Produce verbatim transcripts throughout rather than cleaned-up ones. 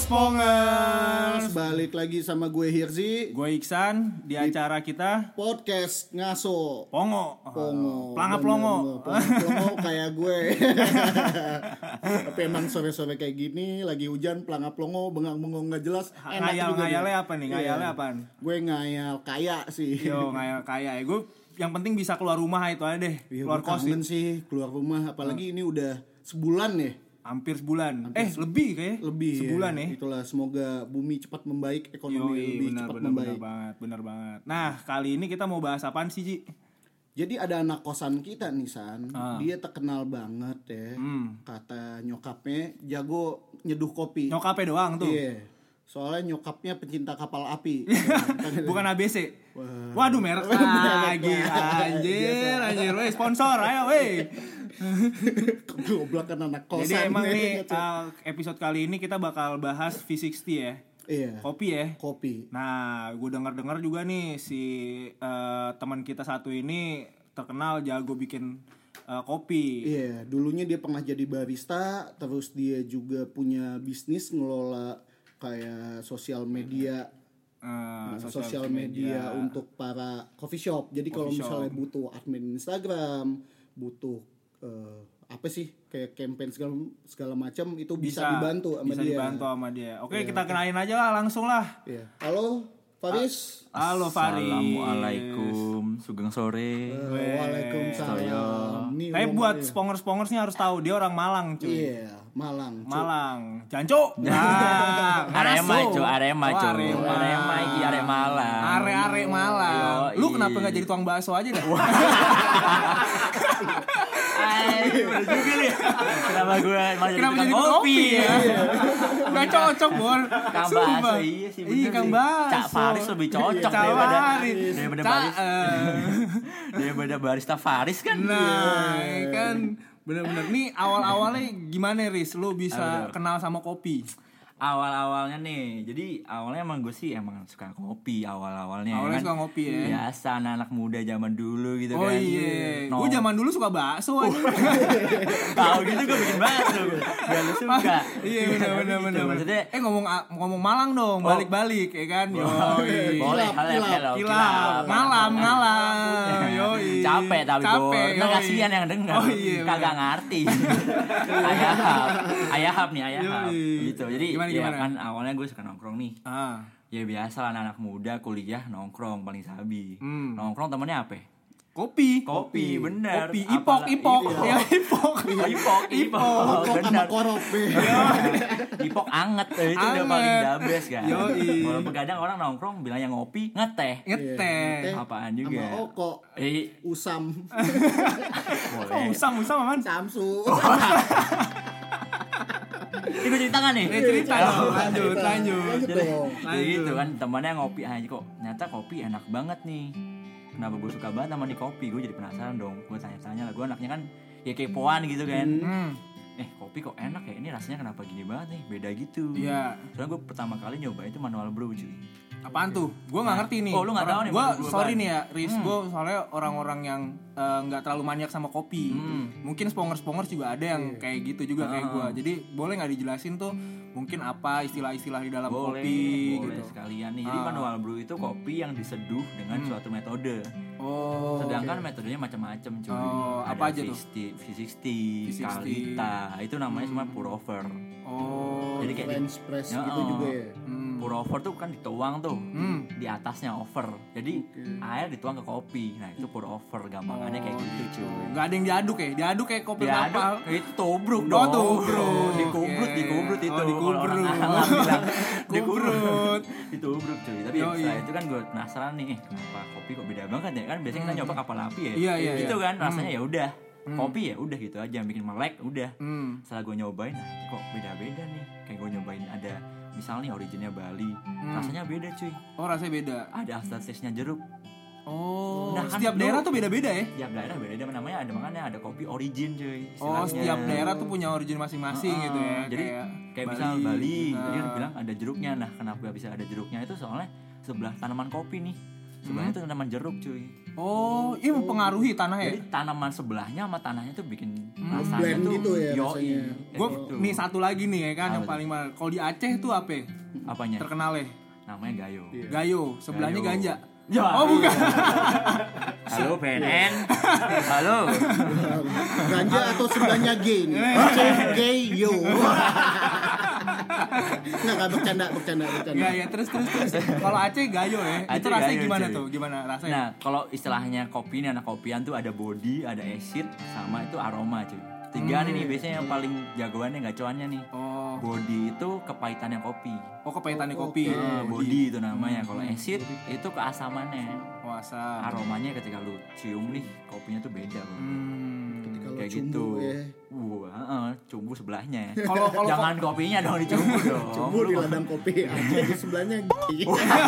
Spongers, balik lagi sama gue Hirzi, gue Iksan di acara kita podcast ngaso Pongo, Pongo, pelangap plongo, plongo kayak gue. Tapi emang sore-sore kayak gini, lagi hujan, pelangap plongo, bengang-bengong nggak jelas. Ngayal ngayalnya apa nih? Ngayalnya yeah. apaan? Gue ngayal kaya sih. Yo ngayal kaya, gue yang penting bisa keluar rumah itu aja deh, ya, keluar kos sih, keluar rumah. Apalagi hmm. ini udah sebulan ya. Hampir sebulan, Hampir eh se- lebih kayak lebih sebulan ya. ya. Itulah, semoga bumi cepat membaik, ekonomi Yoi, lebih benar, cepat benar, membaik. Benar banget, benar banget. Nah kali ini kita mau bahas apaan sih Ji? Jadi ada anak kosan kita nih San, ah. dia terkenal banget ya. Hmm. Kata nyokapnya jago nyeduh kopi. Nyokapnya doang tuh. Iya. Soalnya nyokapnya pecinta kapal api. Bukan A B C. Wah. Waduh merek lagi anjir, anjir, weh sponsor, ayo weh. Goblok kan anak kosan. Jadi emang nih uh, episode kali ini kita bakal bahas V enam puluh ya. Iya. Kopi ya. Kopi. Nah, gue dengar-dengar juga nih si uh, teman kita satu ini terkenal jago bikin uh, kopi. Iya, dulunya dia pernah jadi barista, terus dia juga punya bisnis ngelola kayak sosial media. Uh, Nah, sosial media, media untuk para coffee shop. Jadi kalau misalnya butuh admin Instagram, butuh uh, apa sih kayak campaign segala segala macam itu bisa, bisa dibantu sama bisa dia. dibantu sama dia. Oke, ya, kita kenalin aja lah langsung lah. Ya. Halo Faris. Halo Faris. Assalamualaikum, sugeng sore. Uh, Waalaikumsalam. Tapi buat spongers-spongers nih harus tahu dia orang Malang, cuy. Iya, Malang. Cuy. Malang. Janco. Nah, Arema, cuy, Arema, oh, cuy. Arema. Arema iki arek Malang. Are-are Malang. Yo, Lu kenapa enggak jadi tukang bakso aja dah? Ayo, juga nih. Kenapa gue malah jadi Kenapa tukang jadi kopi ya? Gak cocok, Bor. Kang Bakso, iya sih bener. Iya, Kang Bakso. Cak Faris lebih cocok Cak daripada Faris. daripada Cak, baris. uh. Daripada barista Faris kan. Nah, kan bener-bener nih awal-awalnya gimana Riz? Lu bisa Aduh. kenal sama kopi? Awal-awalnya nih, jadi awalnya emang gue sih emang suka kopi awal-awalnya. Awalnya kan? suka ngopi ya. Biasa anak-anak muda zaman dulu gitu Oh kan. iya, No. gue zaman dulu suka bakso aja. Tahu gitu gue bikin bakso. Biar lu suka. Iya benar-benar Gitu, benar. maksudnya Eh ngomong ngomong Malang dong, Oh. balik-balik ya kan. Yo. boleh, Kilap, hal kilap. hello, Kilap, malam, malam. Yoi. Capek tapi Capek, gue. Nah, yoi. kasihan yang denger. Oh iya. Kagak bener. ngerti. Ayahap. Ayahap nih, ayahap. Yoi. Gitu. Jadi Gimana, ya gimana? kan awalnya gue suka nongkrong nih. Ah. Ya biasa lah anak-anak muda kuliah nongkrong paling sabi. Hmm. Nongkrong temennya apa? Kopi. Kopi, bener. Kopi, ipok, Apalah- ipok. Iya. Ya ipok. Ipok, ipok, Kok sama bener. korop deh. Ipok anget, eh, itu udah Anget. paling dabes kan. Yoi. Kalau begadang orang nongkrong bilangnya ngopi, ngeteh. Ngeteh. Apaan juga? Sama Oko, Eh, Usam, Oh, boleh. usam, usam aman. Samsu. Ini gue cerita kan nih? Eh cerita dong, lanjut, lanjut. Lanjut Jadi, dong. jadi gitu kan temannya ngopi aja kok. Ternyata kopi enak banget nih. Kenapa gue suka banget sama di kopi? Gue jadi penasaran dong. Gue tanya-tanya lah. Gue anaknya kan ya kepoan gitu kan. Hmm. Eh kopi kok enak ya? Ini rasanya kenapa gini banget nih? Beda gitu. Iya. Soalnya gue pertama kali nyoba itu manual brew cuy. Apaan tuh? Gue nggak ngerti nih. Oh, lu nggak tahu nih Gue maksud gua sorry apaan? nih ya, Riz. Hmm. Gue soalnya orang-orang yang eh, nggak terlalu maniak sama kopi. Hmm. Mungkin spongers-spongers juga ada yang kayak gitu juga kayak gue. Ah. Jadi boleh nggak dijelasin tuh mungkin apa istilah-istilah di dalam Boleh, kopi boleh gitu. sekalian nih. Jadi Ah. manual brew itu kopi yang diseduh dengan Hmm. suatu metode. Oh. Sedangkan metodenya macam-macam cuy. Oh, Ada apa aja tuh? V enam puluh, V enam puluh, V enam puluh. Kalita. Itu namanya semua pour over. Oh. Jadi kayak French press Ya, gitu oh. juga ya. Hmm. Pour over tuh kan dituang tuh. Hmm. Di atasnya over. Jadi air dituang ke kopi. Nah, itu pour over gampangannya kayak gitu cuy. Nggak ada yang diaduk ya? Diaduk kayak kopi Diaduk, kapal. itu tobruk Oh, dong. tobruk. Dikubrut, Oke. dikubrut itu. Oh, dikubrut. Kalau orang Malang bilang Kubrut. ditubruk cuy. Tapi Yoi. setelah itu kan gue penasaran nih, eh, kenapa kopi kok beda banget ya? Kan biasanya kita Hmm. nyoba kapal api ya. Iya, iya, Gitu iya. kan rasanya Hmm. ya udah. Hmm. Kopi ya udah gitu aja yang bikin melek udah. Hmm. Setelah gue nyobain, nah ini kok beda-beda nih. Kayak gue nyobain ada misal nih originnya Bali, Hmm. rasanya beda cuy. Oh rasanya beda. Ada aftertaste-nya jeruk. Oh. Nah, kan setiap lu- daerah tuh beda-beda ya? Tiap daerah beda, namanya ada makanya ada kopi origin cuy. Oh, istilahnya. setiap daerah tuh punya origin masing-masing Heeh. gitu ya. Jadi kayak, kayak misal Bali, Nah. tadi kan bilang ada jeruknya. Nah, kenapa bisa ada jeruknya itu soalnya sebelah tanaman kopi nih. Sebelahnya Hmm. tuh tanaman jeruk cuy. Oh, ini mempengaruhi tanah ya? Jadi tanaman sebelahnya sama tanahnya tuh bikin Hmm, rasanya blend tuh gitu ya yoi, rasanya. kayak Gue gitu. nih satu lagi nih ya kan Apa yang tuh? paling mahal. Kalau di Aceh tuh apa? ya? Apanya? Terkenalnya Namanya gayo. Iya. Gayo, sebelahnya Gayo. ganja. Ya, Oh bukan. Halo B N N. Halo. Ganja atau sebelahnya gay nih? Gay yo. Nggak, nggak bercanda, bercanda, bercanda. Ya ya terus terus terus. Kalau Aceh gayo ya. Itu Aceh rasanya gayo, gimana cuy. tuh? Gimana rasanya? Nah, kalau istilahnya kopi nih, anak kopian tuh ada body, ada acid, sama itu aroma cuy. Tiga Hmm. nih biasanya yang paling jagoannya gacoannya nih. Oh, Body itu kepahitannya kopi. oh kepahitannya Oh, kopi. oke. Ah, body itu namanya. Kalau Hmm. acid itu keasamannya. Puasa. Aromanya ketika lu cium nih, kopinya tuh beda bro. Hmm. Kalau Kayak cumbu gitu. ya. Wah, heeh, cumbu sebelahnya. Kalau- kalau- Jangan kopinya dong dicumbu dong. Cumbu di ladang kopi, aja di sebelahnya gay.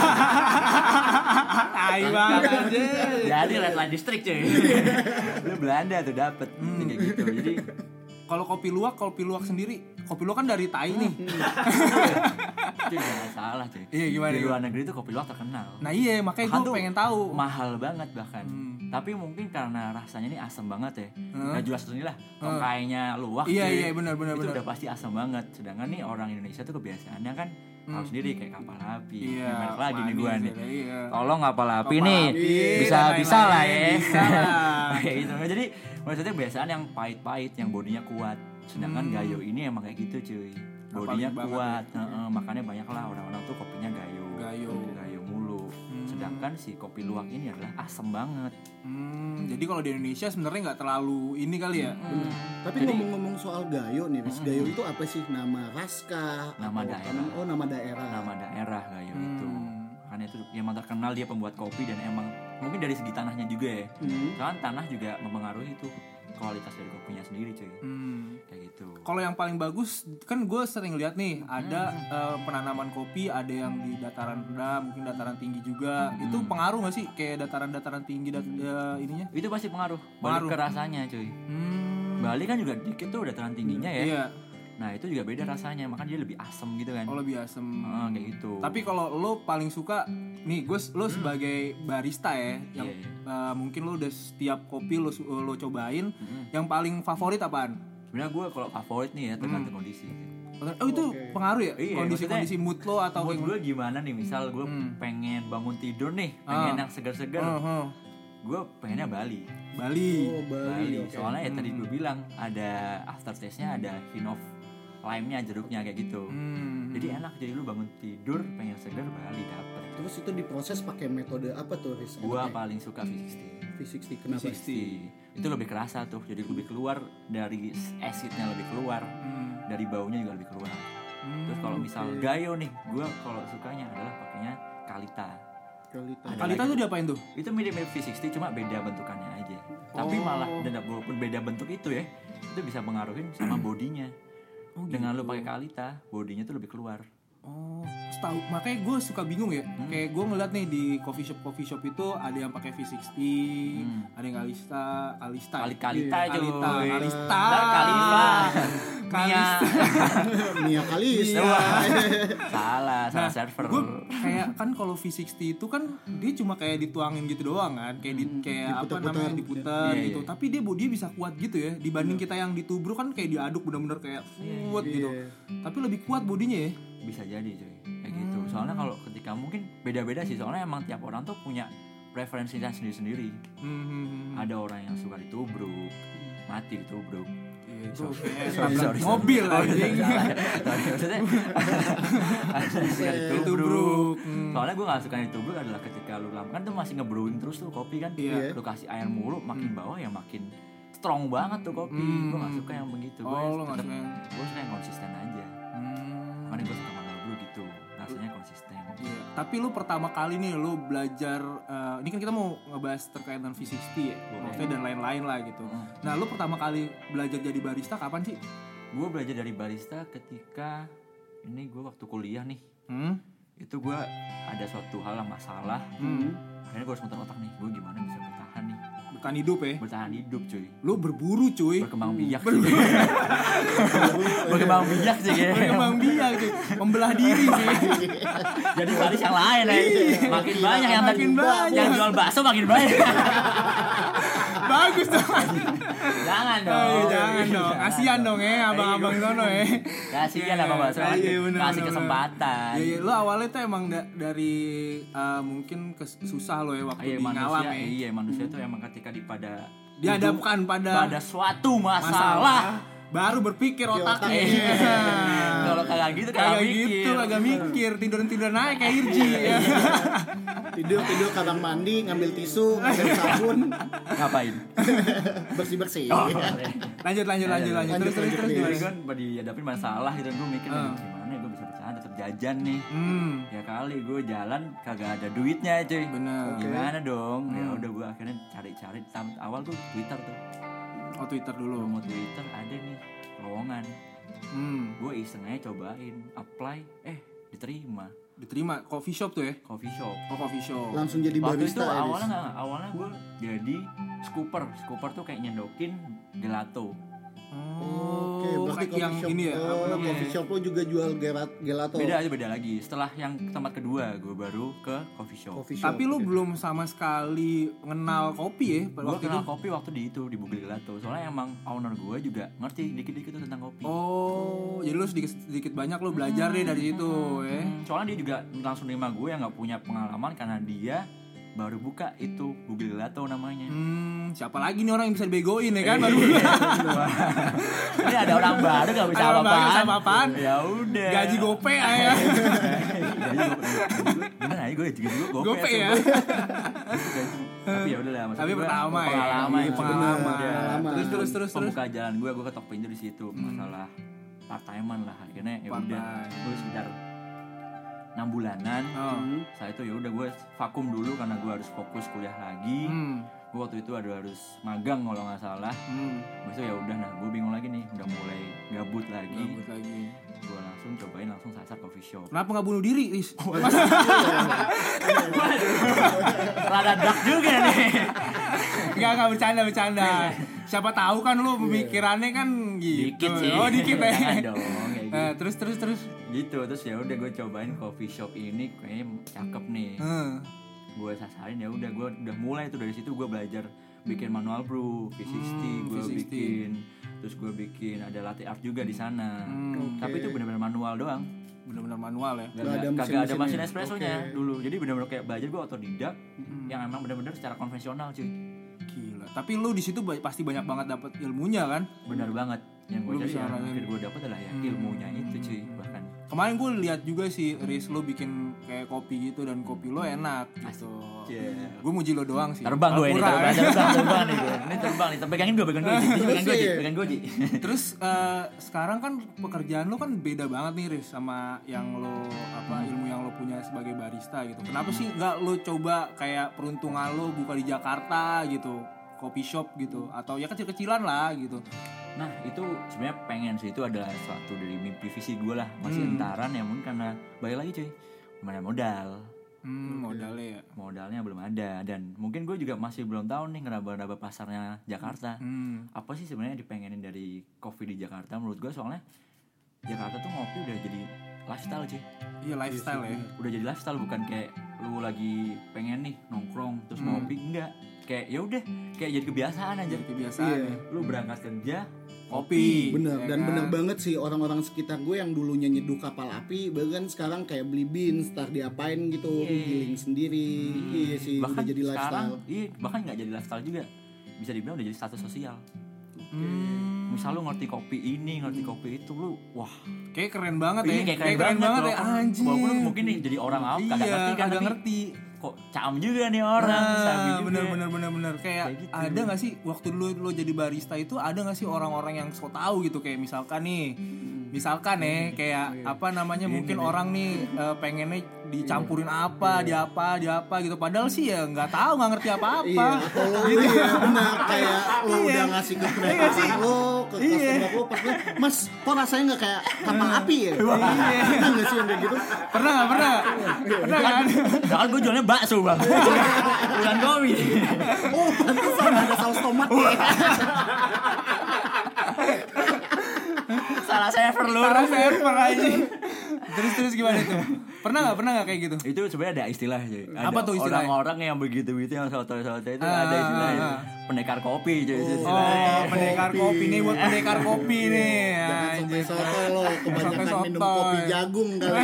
Tai banget aja. Jadi red light district cuy. Lu Belanda tuh dapet kayak gitu. Jadi Kalau kopi luwak, kopi luwak sendiri, kopi luwak kan dari Tai nih. itu jangan salah cuy. Iya, gimana, Di luar gimana? negeri tuh kopi luwak terkenal. Nah iya, makanya Bahkan gue tuh pengen tahu. Mahal banget bahkan. Hmm. Tapi mungkin karena rasanya ini asam banget ya. Hmm. Gak jelas ini lah. Tongkainya luwak Iya, cuy. iya, benar, benar, Itu benar. udah pasti asam banget. Sedangkan nih orang Indonesia tuh kebiasaannya kan tahu sendiri kayak kapal api. Iya. Merek lagi nih manis, gua nih. Iya. Tolong kapal api Kapal nih. api, Bisa dan bisa lah lain-lain. ya. Bisa lah. Kayak gitu. Jadi maksudnya kebiasaan yang pahit-pahit, yang bodinya kuat. Sedangkan Hmm. gayo ini emang kayak gitu cuy. Apalagi Bodinya banget kuat. Heeh, makanya banyak lah orang-orang tuh kopinya gayo. Gayo. Gayo mulu. Hmm. Sedangkan si kopi luwak ini adalah asem banget. Hmm, jadi kalau di Indonesia sebenarnya nggak terlalu ini kali ya. Bener. Tapi Jadi- ngomong-ngomong soal gayo nih, Riz. Gayo itu apa sih? Nama ras kah? Nama Atau daerah. nama- Oh, nama daerah. Nama daerah gayo Hmm. itu. Karena itu emang terkenal dia pembuat kopi dan emang mungkin dari segi tanahnya juga ya. Hmm. Soalnya tanah juga mempengaruhi tuh kualitas dari kopinya sendiri cuy. Hmm. Kayak gitu. Kalau yang paling bagus kan gue sering lihat nih ada eh, penanaman kopi, ada yang di dataran rendah, mungkin dataran tinggi juga. Itu pengaruh nggak sih kayak dataran-dataran tinggi dat- eh, ininya? Itu pasti pengaruh. Pengaruh. Balik ke rasanya cuy. Hmm. Bali kan juga dikit tuh dataran tingginya ya. Iya, Nah itu juga beda rasanya, makanya dia lebih asem gitu kan. kalau lebih asem. Heeh, kayak gitu. Tapi kalau lo paling suka nih, gue lo sebagai barista ya, yang Iya, iya. eh, mungkin lo udah setiap kopi lo su- lo cobain, Mm-mm. yang paling favorit apaan? Sebenarnya gue kalau favorit nih ya tergantung kondisi. Oh itu Oke. pengaruh ya? Iya, Kondisi-kondisi mood lo atau Mood kayak gue gimana nih, misal gue Hmm. pengen bangun tidur nih, pengen Ah. yang segar-segar, Oh, oh. gue pengennya Bali. Bali. Oh, Bali. Bali. oke. Soalnya ya tadi Hmm. gue bilang ada aftertaste-nya, ada hint of lime-nya, jeruknya kayak gitu. Hmm. Jadi enak, jadi lu bangun tidur pengen segar, Bali dapet. Terus itu diproses pakai metode apa tuh, Riz? Gue Enaknya? paling suka V enam puluh. V enam puluh kenapa? V enam puluh. Itu lebih kerasa tuh, jadi lebih keluar dari acidnya lebih keluar, Hmm. dari baunya juga lebih keluar. Hmm. Terus kalau misal oke. gayo nih, gue kalau sukanya adalah pakainya Kalita. Kalita. Ada Kalita lagi. tuh diapain tuh? Itu mirip-mirip V enam puluh cuma beda bentukannya aja. Tapi Oh. malah dan walaupun beda bentuk itu ya, itu bisa pengaruhin sama bodinya. Oh, Dengan gitu. lu pakai Kalita, bodinya tuh lebih keluar. Oh, setahu makanya gue suka bingung ya. Hmm. Kayak gue ngeliat nih di coffee shop coffee shop itu ada yang pakai V enam puluh, Hmm. ada yang Kalista, Kalista. Kali Kalita Iya. cuy. Kalita, Kalista. Ntar Kalifa. Mia. Mia Kalis. Iya. Salah, salah Nah, server. gue kayak kan kalau V enam puluh itu kan dia cuma kayak dituangin gitu doang kan, kayak di, kayak apa Diputar-putar. namanya diputar Iya, gitu. iya. Tapi dia bodinya bisa kuat gitu ya. Dibanding kita yang ditubruk kan kayak diaduk bener-bener kayak kuat gitu. Iya. Tapi lebih kuat bodinya ya. Bisa jadi cuy, kayak gitu. Soalnya kalau ketika mungkin beda-beda sih, soalnya emang tiap orang tuh punya preferensinya sendiri-sendiri. Hmm. Ada orang yang suka ditubruk, mati ditubruk. Iya, itu kayak Sorry, nabrak sorry, mobil sorry. anjing. Salah. Sorry, maksudnya ada yang suka ditubruk. Ditubruk. Hmm. Soalnya gue gak suka ditubruk adalah ketika lu lama kan tuh masih nge-brewing terus tuh kopi kan. Iya. Lu kasih air mulu, makin bawah ya makin strong banget tuh kopi. Hmm. Gue gak suka yang begitu. Gue Oh, lo nggak suka yang- gue suka yang konsisten aja. Hmm. Makanya gue suka manual brew gitu. Rasanya konsisten. Iya. Tapi lu pertama kali nih lu belajar eh, ini kan kita mau ngebahas terkait dengan V enam puluh ya, Boleh. maksudnya dan lain-lain lah gitu. Mm. Nah, lu pertama kali belajar jadi barista kapan sih? Gue belajar dari barista ketika ini gue waktu kuliah nih. Hmm? Itu gue ada suatu hal yang masalah. Hmm. Akhirnya gue harus muter otak nih, gue gimana bisa bertahan nih Bertahan hidup ya. Bertahan hidup cuy. Lu berburu cuy. Berkembang biak sih. Berkembang biak sih kayaknya. Berkembang biak cuy. Membelah diri sih. Jadi baris yang lain ya. Makin banyak yang makin banyak. Yang jual bakso makin banyak. Bagus dong. Jangan dong. Oh, jangan dong. Kasihan dong ya abang-abang sono ya. Kasihan abang bakso. Iya, bener, Kasih bener, kesempatan. Iya, iya. Lu awalnya tuh emang da- dari uh, mungkin kes- susah lo ya waktu Iya, di manusia, ngalam ya. iya manusia tuh emang ketika di pada Dihadapkan pada pada suatu masalah, masalah baru berpikir otaknya. Iya. Kalau kagak gitu kagak Kagak mikir. gitu, kagak mikir, tidur-tidur naik kayak Irji. Ya. Tidur-tidur kamar mandi, ngambil tisu, ngambil sabun, Ngapain? bersih-bersih. Oh, Lanjut, lanjut, lanjut, lanjut. Terus, terus, terus. Jadi gimana? kan dihadapin masalah gitu gue mikir Ah. gimana ya gue bisa bertahan tetap jajan nih. Hmm, Ya kali gue jalan kagak ada duitnya cuy. bener. Gimana dong? Ya Hmm. udah gue akhirnya cari-cari Tam- awal tuh Twitter tuh. Oh, Twitter Lu dulu. mau Twitter ada nih lowongan. Hmm, Gue iseng aja cobain apply eh diterima diterima coffee shop tuh ya. coffee shop. Oh, coffee shop. Langsung jadi Waktu itu barista ya. awalnya nggak awalnya gue jadi scooper scooper tuh kayak nyendokin gelato. Oh, Oke, berarti kayak yang coffee shop. ini ya, apa Oh, namanya? coffee shop lo juga jual gelat, gelato. Beda aja beda lagi. Setelah yang tempat kedua gue baru ke coffee shop. Coffee shop. Tapi lu belum sama sekali kenal kopi ya pada Gue waktu kenal itu. kopi waktu di itu di Google Gelato. Soalnya emang owner gue juga ngerti dikit-dikit tuh tentang kopi. Oh, jadi lu sedikit sedikit banyak lu belajar deh dari situ ya. Hmm, soalnya dia juga langsung nerima gue yang nggak punya pengalaman karena dia baru buka itu Google Gelato namanya. Hmm, siapa lagi nih orang yang bisa dibegoin ya kan baru. Ini ada orang baru gak bisa Ada orang baru, apa-apaan. sama apaan? Ya udah. Gaji gope ya. Gaji gope. Bener aja gue gaji gue gope. Gope ya. Tapi ya udahlah. maksud Tapi gue pertama ya. pengalaman, Iya, itu pengalaman. bener. Pengalaman. Terus terus terus terus. Pembuka jalan gue, gue ketok pintu di situ. Masalah part timean lah akhirnya ya udah. Part-time. Gue sekitar enam bulanan. Oh. Setelah itu ya udah gue vakum dulu karena gue harus fokus kuliah lagi. Hmm. Gue waktu itu ada harus magang kalau nggak salah. Hmm. Habis itu ya udah, nah gue bingung lagi nih, udah mulai gabut lagi. Gabut lagi. Gue langsung cobain langsung sasar coffee shop. Kenapa nggak bunuh diri, Is? Rada dark juga nih. Enggak, enggak bercanda, bercanda. Siapa tahu kan lu pemikirannya kan gitu. Dikit sih. Oh, dikit ya. Jangan dong kayak gitu. Eh, terus terus terus. Gitu terus ya udah gue cobain coffee shop ini kayaknya cakep nih. Hmm. Gue sasarin ya udah gue udah mulai tuh dari situ gue belajar bikin manual brew, V enam puluh, Hmm, gue V enam puluh. bikin terus gue bikin ada latte art juga di sana. Hmm. Tapi itu benar-benar manual doang. Benar-benar manual ya. Gak Nggak ada ada, kagak ada mesin-mesinnya. mesin espressonya Oke. dulu. Jadi benar-benar kayak belajar gue otodidak yang emang benar-benar secara konvensional cuy. Gila. Tapi lu di situ ba- pasti banyak banget dapat ilmunya kan? Benar banget. Yang gue Lu cari bisa yang ngalamin. akhir gue dapat adalah ya ilmunya itu cuy bahkan. Kemarin gue lihat juga sih Riz lu bikin kayak kopi gitu dan kopi lo enak gitu. Yeah. Gue muji lo doang sih. Terbang gue ini, Pura, terbang, ya. terbang, terbang nih gue. Ini terbang nih, pegangin gue, pegang gue, Ji. pegang gue, Ji. pegang gue, Ji. Terus eh, sekarang kan pekerjaan lo kan beda banget nih Riz sama yang lo apa ilmu yang lo punya sebagai barista gitu. Kenapa sih nggak lo coba kayak peruntungan lo buka di Jakarta gitu, coffee shop gitu atau ya kecil-kecilan lah gitu. Nah itu sebenarnya pengen sih, itu adalah suatu dari mimpi visi gue lah. Masih Hmm. entaran ya mungkin karena balik lagi cuy, belum ada modal. Hmm, modalnya ya. Modalnya belum ada dan mungkin gue juga masih belum tahu nih ngeraba-raba pasarnya Jakarta. Hmm. Apa sih sebenarnya dipengenin dari kopi di Jakarta menurut gue, soalnya Jakarta tuh ngopi udah jadi lifestyle cuy. Iya lifestyle ya. Udah jadi lifestyle, bukan kayak lu lagi pengen nih nongkrong terus Hmm. ngopi, enggak. Kayak ya udah kayak jadi kebiasaan aja. Jadi kebiasaan Iya. ya. Lu berangkat kerja Kopi. Bener, ya dan kan? bener banget sih orang-orang sekitar gue yang dulunya nyeduh kapal api, bahkan sekarang kayak beli beans, ntar diapain gitu, Iya. giling sendiri. Iya sih, bahkan udah jadi sekarang lifestyle. iya, bahkan nggak jadi lifestyle juga, bisa dibilang udah jadi status sosial. Hmm. Misal lu ngerti kopi ini, ngerti kopi itu, lu wah Kayak keren banget ini ya. kayak keren, banget, ya walaupun- anjir. walaupun lu mungkin nih jadi orang awam kagak Iya, ngerti kan, kagak tapi ngerti. kok caam juga nih orang, sabi Nah, juga. bener bener bener bener kayak, Kayak gitu. ada nggak sih waktu dulu lo jadi barista itu ada nggak sih orang-orang yang so tahu gitu kayak misalkan nih misalkan ya kayak apa namanya mungkin orang nih uh, pengennya dicampurin apa, di apa, di apa gitu. Padahal sih ya nggak tahu, nggak ngerti apa-apa. Iya, atau lo gitu ya, benar kayak lo udah ngasih ke mereka lo, ke customer lo, pas mas, kok rasanya nggak kayak kapal api ya? Iya, pernah nggak sih yang kayak gitu? Pernah nggak pernah? Pernah kan? Jangan gue jualnya bakso bang, bukan kopi. Oh, pantesan ada saus tomat ya. Salah server lu. Salah server aja. Terus terus gimana itu? Pernah nggak pernah nggak kayak gitu? Itu sebenarnya ada istilah cuy. Ada apa tuh istilahnya? Orang-orang yang begitu-begitu yang soto-soto itu ah, ada istilahnya. Ah, ah. Pendekar kopi cuy. Oh, oh pendekar kopi. kopi nih buat pendekar kopi nih. Jangan sampai soto lo, kebanyakan soto. minum kopi jagung kali.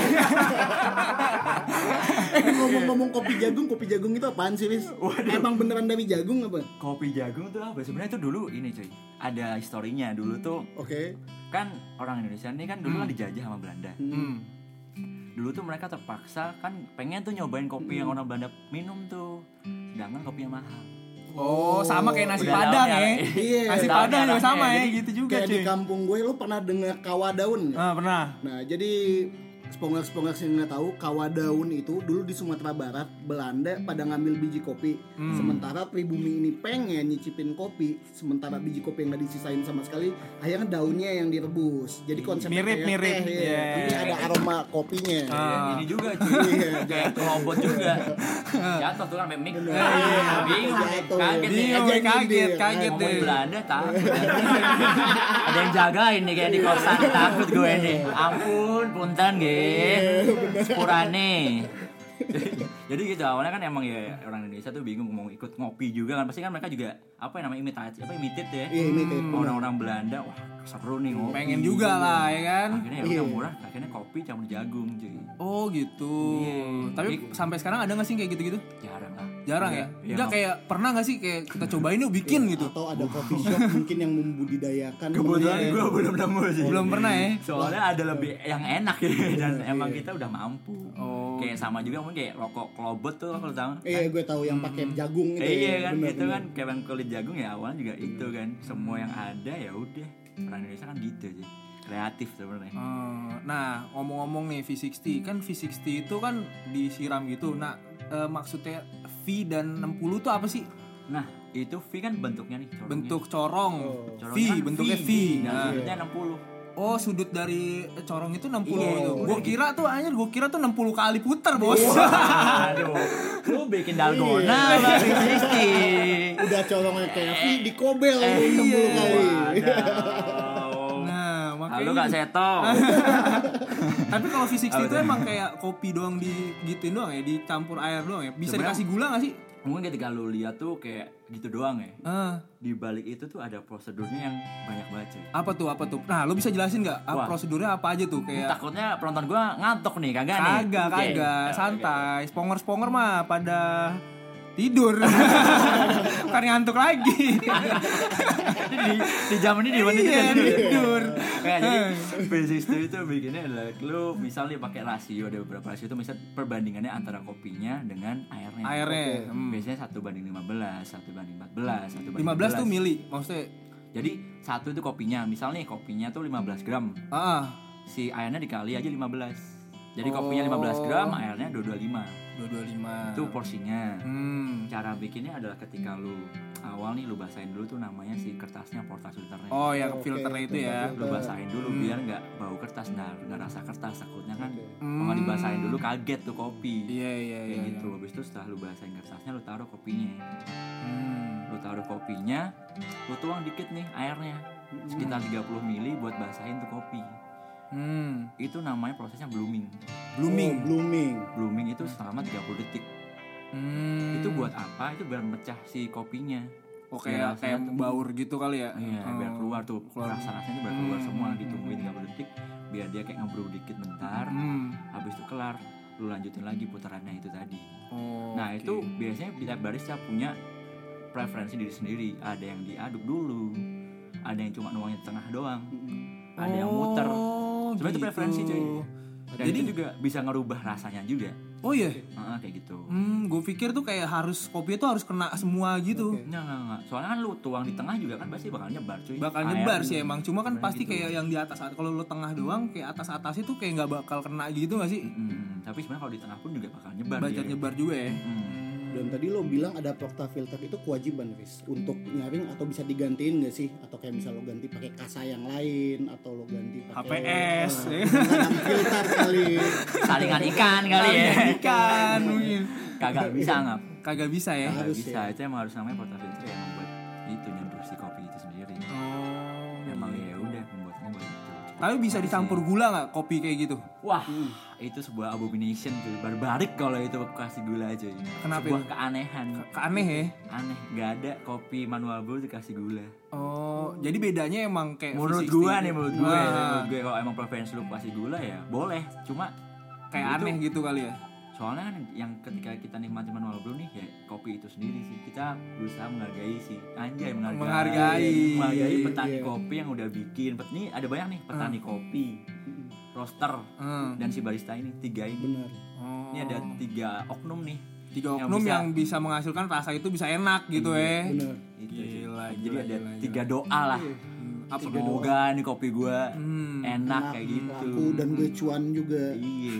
Eh ngomong-ngomong kopi jagung, kopi jagung itu apaan sih, Lis? Emang beneran dari jagung apa? Kopi jagung tuh apa? Sebenarnya itu dulu ini cuy. Ada historinya dulu tuh. Oke. Okay. Kan orang Indonesia ini kan dulu hmm. kan dijajah sama Belanda. Hmm. Dulu tuh mereka terpaksa kan pengen tuh nyobain kopi hmm. yang orang Belanda minum tuh. Sedangkan kopinya mahal. Oh, sama kayak nasi padang ya. Iya. Nasi padang juga sama ya, gitu juga kayak cuy. Di kampung gue lu pernah dengar kawah daun enggak? Ah, pernah. Nah, jadi spongler-spongler yang nggak tahu, kawah daun itu dulu di Sumatera Barat Belanda pada ngambil biji kopi. Hmm. Sementara pribumi ini pengen nyicipin kopi, sementara biji kopi yang nggak disisain sama sekali, akhirnya daunnya yang direbus. Jadi konsepnya mirip, kayak mirip. teh, Yeah. ya. Tapi ada aroma kopinya. Ah. Ini juga cuy, kayak kelobot juga. Jatuh tuh kan memik. Bingung, kaget nih. Bingung, kaget, kaget Ngomong deh. Belanda takut. Ada yang jagain nih kayak di kosan, takut gue nih. Ampun, punten gitu. Sepurane. Jadi gitu awalnya kan emang ya orang Indonesia tuh bingung mau ikut ngopi juga kan, pasti kan mereka juga apa yang namanya imitasi apa imitate ya. Iya, imitate. Orang-orang Belanda wah seru nih ngopi. Pengen juga lah ya kan. Akhirnya ya udah murah, akhirnya kopi campur jagung cuy. Oh gitu. Iya. Tapi sampai sekarang ada nggak sih kayak gitu-gitu? Jarang lah. Jarang ya? Enggak kayak pernah nggak sih kayak kita cobain yuk bikin gitu? Atau ada coffee shop mungkin yang membudidayakan. Kebetulan gue belum nemu sih. Belum pernah ya? Soalnya ada lebih yang enak ya dan emang kita udah mampu. Oh. Kayak sama juga mungkin kayak rokok klobot tuh kalau tahu. Iya, gue tahu yang pakai jagung itu. Eh, iya kan, bener, itu bener. kan kayak kulit jagung ya awalnya juga itu kan. Semua yang ada ya udah. Orang Indonesia kan gitu sih. Kreatif sebenarnya. Hmm, nah, ngomong-ngomong nih V enam puluh kan V enam puluh itu kan disiram gitu. Nah, e, maksudnya V dan enam puluh tuh apa sih? Nah, itu V kan bentuknya nih, corongnya. Bentuk corong. Oh. V, Corongnya kan bentuknya V. V. Nah, Nah, sudutnya enam puluh. oh, sudut dari corong itu enam puluh Iya, itu. udah Gua kira tuh anjir, gua kira tuh enam puluh kali putar, Bos. Aduh, lu bikin dalgona lah V enam puluh. Udah corongnya kayak V dikobel Eh, enam puluh kali. Nah, makanya Halo Kak Seto. tapi kalau V enam puluh itu emang kayak kopi doang digituin doang ya, dicampur air doang ya. Bisa Sebenarnya- dikasih gula gak sih? Mungkin ketika lu lihat tuh kayak gitu doang ya. Ah, Di balik itu tuh ada prosedurnya yang banyak banget cuy. apa tuh? Apa tuh? Nah, lu bisa jelasin nggak? Wah. Prosedurnya apa aja tuh? Kayak Takutnya penonton gua ngantuk nih, kagak nih. kagak, Oke. kagak, Ya, santai. Sponger-sponger mah pada tidur. Bukan ngantuk lagi. Di, di jam ini di mana Iya, tidur. tidur. Kayak jadi basis itu itu bikinnya adalah lu misalnya pakai rasio, ada beberapa rasio itu misal perbandingannya antara kopinya dengan airnya. Airnya. Oke. Hmm. Biasanya satu banding lima belas, satu banding empat belas, satu banding lima belas tuh mili, maksudnya. Jadi satu itu kopinya, misalnya kopinya tuh lima belas gram. Ah, Si airnya dikali aja lima belas. Jadi Oh. kopinya lima belas gram, airnya dua ratus dua puluh lima. dua ratus dua puluh lima. Itu porsinya. Hmm. Cara bikinnya adalah ketika lu awal nih lu basahin dulu tuh namanya si kertasnya porta filternya. Oh, yang Oke, filternya itu ya. Lu basahin dulu Hmm. biar nggak bau kertas, nah nggak rasa kertas, takutnya kan Oke. kalau nggak dibasahin dulu kaget tuh kopi. Iya, iya, Kayak iya. gitu. Habis itu setelah lu basahin kertasnya lu taruh kopinya. Hmm. Lu taruh kopinya, lu tuang dikit nih airnya. Sekitar tiga puluh mili buat basahin tuh kopi. Hmm. Itu namanya prosesnya blooming. Blooming. Oh, blooming. Blooming itu selama tiga puluh detik. Hmm. Itu buat apa? Itu biar mecah si kopinya. Oh, Biar kayak kayak rasanya tuh- baur gitu kali ya. Iya, Oh. biar keluar tuh Keluar. rasa-rasanya tuh biar keluar Hmm. semua, ditungguin tiga puluh detik biar dia kayak ngebrew dikit bentar. Hmm. Habis itu kelar, lu lanjutin lagi putarannya itu tadi. Oh, Nah, oke. itu biasanya tiap barista punya preferensi diri sendiri. Ada yang diaduk dulu, ada yang cuma nuangin tengah doang, ada yang muter. Oh, Sebenarnya itu preferensi, cuy. Dan Jadi itu juga bisa ngerubah rasanya juga. Oh iya. Heeh, kayak gitu. Hmm, gue pikir tuh kayak harus kopi itu harus kena semua gitu. Oke. Enggak, enggak, enggak. Soalnya kan lu tuang di tengah juga kan pasti bakal nyebar cuy. Bakal Air. nyebar sih emang. Cuma kan Sebenarnya pasti gitu. kayak yang di atas. Kalau lo tengah doang, kayak atas-atas itu kayak nggak bakal kena gitu nggak sih? Hmm, tapi sebenarnya kalau di tengah pun juga bakal nyebar. Baca dia. nyebar juga ya. Hmm. Dan tadi lo bilang ada portafilter itu kewajiban, Riz, untuk nyaring atau bisa digantiin nggak sih? Atau kayak misal lo ganti pakai kasa yang lain atau lo ganti H pakai P S, eh, ya. menggunakan filter kali. Salingan ikan kali ya. Ikan mungkin. Kagak bisa ngap. Kagak bisa ya. Kagak Harus bisa. ya. Itu emang harus namanya portafilter yang membuat itu nyeduh si kopi itu sendiri. Oh. Emang ya udah membuatnya buat itu. Tapi bisa dicampur gula nggak kopi kayak gitu? Wah, itu sebuah abomination cuy. Barbarik kalau itu kasih gula aja. Kenapa Sebuah itu? keanehan. Aneh ya. Aneh, nggak ada kopi manual brew dikasih gula. Oh, jadi bedanya emang kayak Menurut V enam puluh gua nih, menurut gue, Wah, menurut gue kalau emang preferensi lu kasih gula ya boleh. Cuma kayak itu- aneh gitu kali ya. soalnya kan yang ketika kita nikmati manual brew nih ya kopi itu sendiri sih, kita berusaha menghargai sih, anjay menghargai Menghargai. menghargai petani Iya. kopi yang udah bikin. Pet- Nih ada banyak nih petani kopi, roaster, Hmm. dan si barista ini, tiga ini. Benar. Oh. Ini ada tiga oknum nih. tiga yang oknum bisa- yang bisa menghasilkan rasa itu bisa enak gitu ya. Benar. Itu Gila, sih. gila, Jadi ada gila, tiga doa lah. Hmm, Apa Tiga Semoga nih kopi gua Hmm. enak kayak gitu. Laku dan gue cuan juga. Iya.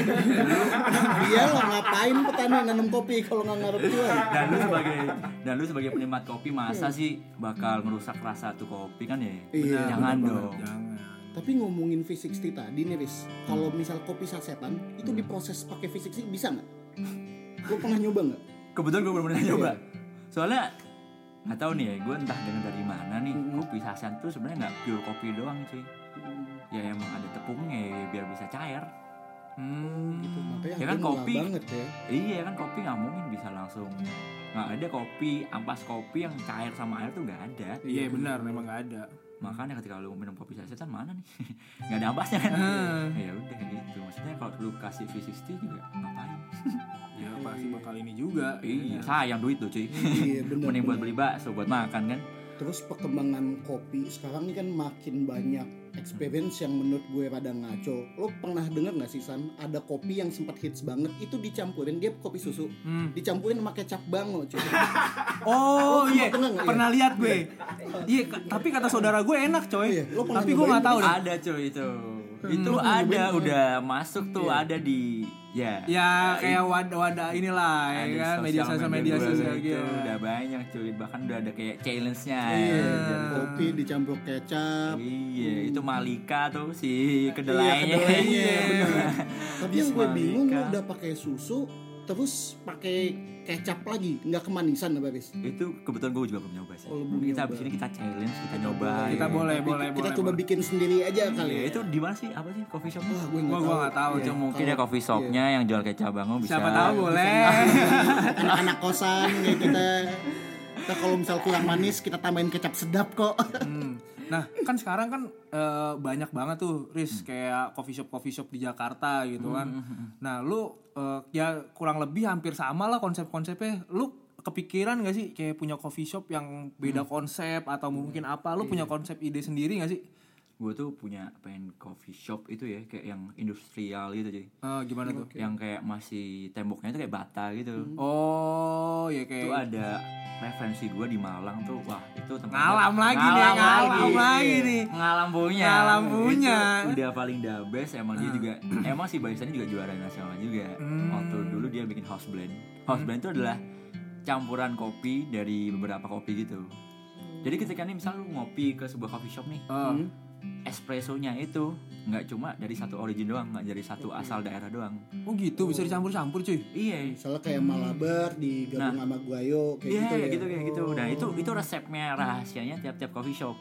Iya lo ngapain petani nanam kopi kalau nggak ngarep cuan? Dan lu sebagai dan lu sebagai penikmat kopi masa sih bakal merusak rasa tuh kopi kan ya? Iya, Jangan benar dong. Jangan. Tapi ngomongin V enam puluh tadi nih, Riz, kalau misal kopi sasetan itu diproses pakai V enam puluh bisa nggak? Gue pernah nyoba nggak? Kebetulan gue belum pernah nyoba. Soalnya nggak tahu nih ya, gue entah dengar dari mana nih Mm-hmm. kopi sasetan tuh sebenarnya nggak pure kopi doang cuy. Ya emang ada tepungnya ya, biar bisa cair. Hmm. Gitu. Makanya Ya kan harganya murah kopi. banget ya. Iya kan kopi nggak mungkin bisa langsung. Nggak ada kopi ampas kopi yang cair sama air tuh nggak ada. Iya benar, memang nggak ada. Makanya ketika lu minum kopi sasetan mana nih? Nggak ada ampasnya kan? Hmm. Ya udah kayak gitu. Maksudnya kalau lu kasih V enam puluh juga ngapain? Ya pasti bakal ini juga. Iya, sayang duit tuh cuy. Iya benar. Mending buat benar. beli bakso buat makan kan. Terus perkembangan kopi sekarang ini kan makin banyak experience yang menurut gue pada ngaco. Lo pernah denger nggak sih San? Ada kopi yang sempat hits banget itu dicampurin, dia kopi susu, Hmm. dicampurin sama kecap bango cuy. Oh Lo iya, pernah nggak, pernah lihat gue. Iya, ka- tapi kata saudara gue enak coy. Iya, lo pernah Tapi gue nyobain nggak tahu deh. Ada cuy itu. Itu Hmm. ada udah masuk tuh Iya. ada di ya. Ya kayak wadah-wadah inilah ada ya kan, media sosial media gua sosial gitu. gitu. Udah banyak cuy, bahkan udah ada kayak challenge-nya. Iya, ya. kopi dicampur kecap. Iya, itu Malika tuh si Iya, kedelainya. kedelainya, bener. Tapi yang gue Malika. bingung lo udah pakai susu terus pakai kecap lagi, nggak kemanisan apa Riz? Itu kebetulan gue juga belum nyoba sih. Oh, lu belum kita nyoba. abis ini kita challenge, kita nyoba. Kita ya. boleh, Tapi boleh, kita boleh. coba boleh. bikin sendiri aja kali Iya, ya. itu di mana sih? Apa sih coffee shop? Wah, gue Gua- nggak gua tahu. nggak tahu, Iya, Itu mungkin ya kalau- coffee shopnya yang jual kecap bango bisa. Siapa tahu boleh. anak-anak kosan kayak kita kita kalau misal kurang manis kita tambahin kecap sedap kok. Hmm. Nah kan sekarang kan eh, banyak banget tuh Riz kayak coffee shop coffee shop di Jakarta gitu kan. Nah lu eh, ya kurang lebih hampir sama lah konsep-konsepnya. Lu kepikiran gak sih kayak punya coffee shop yang beda konsep atau mungkin apa? Lu punya konsep ide sendiri gak sih? Gue tuh punya pengen coffee shop itu ya kayak yang industrial gitu cuy. Eh, gimana tuh? Yang kayak masih temboknya itu kayak bata gitu. Oh ya Itu kayak ada referensi gue di Malang tuh, wah itu tempat ngalam lagi nih, ngalam lagi nih. ngalam punya, Ngalam punya. Itu udah paling the best. Emang dia juga, emang si baristanya juga juara nasional juga. Hmm. Waktu dulu dia bikin house blend. House blend itu adalah campuran kopi dari beberapa kopi gitu. Jadi ketika nih misal lu ngopi ke sebuah coffee shop nih, Eh, espressonya itu nggak cuma dari satu origin doang, nggak dari satu asal daerah doang. oh gitu bisa dicampur-campur cuy. Iya. Misalnya kayak Malabar digabung sama Guayo kayak Iya, gitu ya. gitu kayak gitu. Nah, itu itu resepnya rahasianya tiap-tiap coffee shop.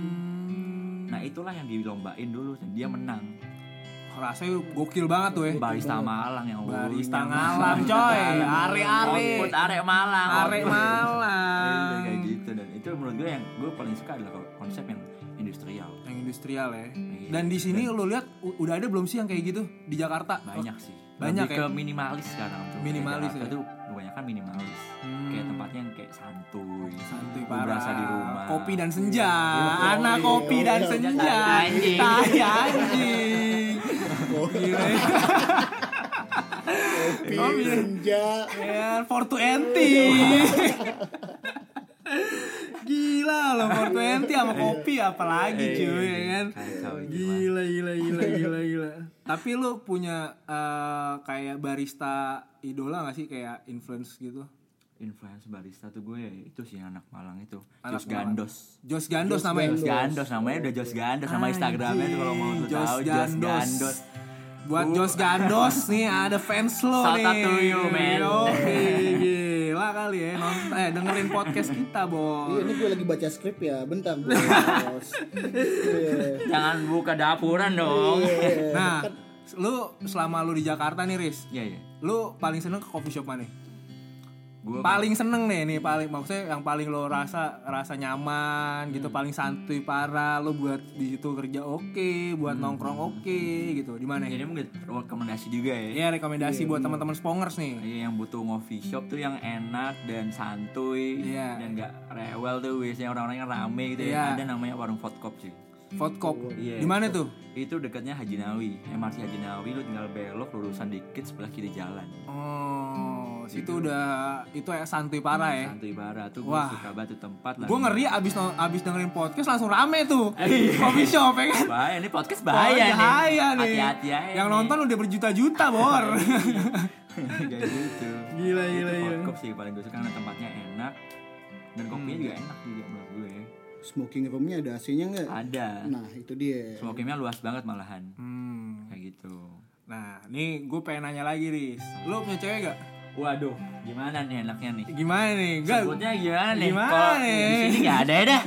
Hmm. Nah, itulah yang dilombain dulu dan dia menang. Rasanya gokil banget tuh ya. Barista Malang yang Barista yang- ngalam coy. Are-are. Output arek Malang. Arek output. Malang. Iya, kayak gitu, dan itu menurut gue yang gue paling suka adalah konsep yang industrial. Yang industrial ya. Iya. Dan di sini lo lihat u- udah ada belum sih yang kayak gitu di Jakarta? Banyak sih. Banyak Lebih ya? ke minimalis sekarang tuh. Minimalis Kayak ya? Jakarta tuh kebanyakan minimalis. Hmm. Kayak tempatnya yang kayak santuy. Santuy Lu parah. berasa di rumah. Kopi dan senja. Iya, Anak iya, kopi iya, dan iya. senja. Tai anjing. Tai anjing. Gila. Kopi senja. Ya, four twenty. Gila loh, four twenty sama kopi apalagi cuy ya kan. Gila gila gila gila gila. Tapi lu punya uh, kayak barista idola gak sih, kayak influence gitu? Influence barista tuh gue itu sih anak Malang itu, Anak Jos Gandos. Jos Gandos namanya. Jos Gandos namanya udah Jos Gandos sama Instagramnya tuh kalau mau lu Jos tahu Jos Gandos. Gandos. Buat Jos Gandos nih ada fans lo Shout nih. out to you, man. Oke, gila kali ya nonton, eh dengerin podcast kita, Bos. Iya, ini gue lagi baca skrip ya. Bentar, Bos. Iya. Jangan buka dapuran dong. Iya. Nah, lu selama lu di Jakarta nih, Riz, Iya iya. lu paling seneng ke coffee shop mana? Gue Paling seneng nih, nih paling maksudnya yang paling lo rasa rasa nyaman gitu, Hmm. paling santuy parah, lo buat di situ kerja oke, buat nongkrong oke gitu. Di mana? Jadi mungkin rekomendasi juga ya. Ya rekomendasi buat teman-teman spongers nih. Iya, yang butuh coffee shop tuh yang enak dan santuy Iya. dan gak rewel tuh, biasanya orang-orang yang rame gitu Iya. ya. Ada namanya warung Vodkop sih. Vodkop. Iya. Di mana tuh? Itu dekatnya Haji Nawi, M R T Haji Nawi, lu tinggal belok lurusan dikit sebelah kiri jalan. Oh, situ udah itu ya santuy parah ya. Santuy parah tuh, gue Wah. suka banget tuh tempat. Gue ngeri abis no- abis dengerin podcast langsung rame tuh. Iya. Coffee shop ya kan. Bahaya nih, podcast Oh, bahaya nih. bahaya nih. Hati-hati aja. Yang nih. nonton udah berjuta-juta, Bor. Kayak gitu. Gila, Itu gila, gila. Vodkop sih paling gue suka karena tempatnya enak dan kopinya Hmm. juga enak juga menurut gue. Smoking roomnya ada A C-nya nggak? Ada. Nah, itu dia. Smokingnya luas banget malahan. Hmm. Kayak gitu. Nah, nih gue pengen nanya lagi, Riz. Lo punya cewek gak? Waduh, gimana nih enaknya nih? Gimana nih? Gak. Sebutnya gimana nih? Gimana Kalau nih? di sini nggak ada ya dah.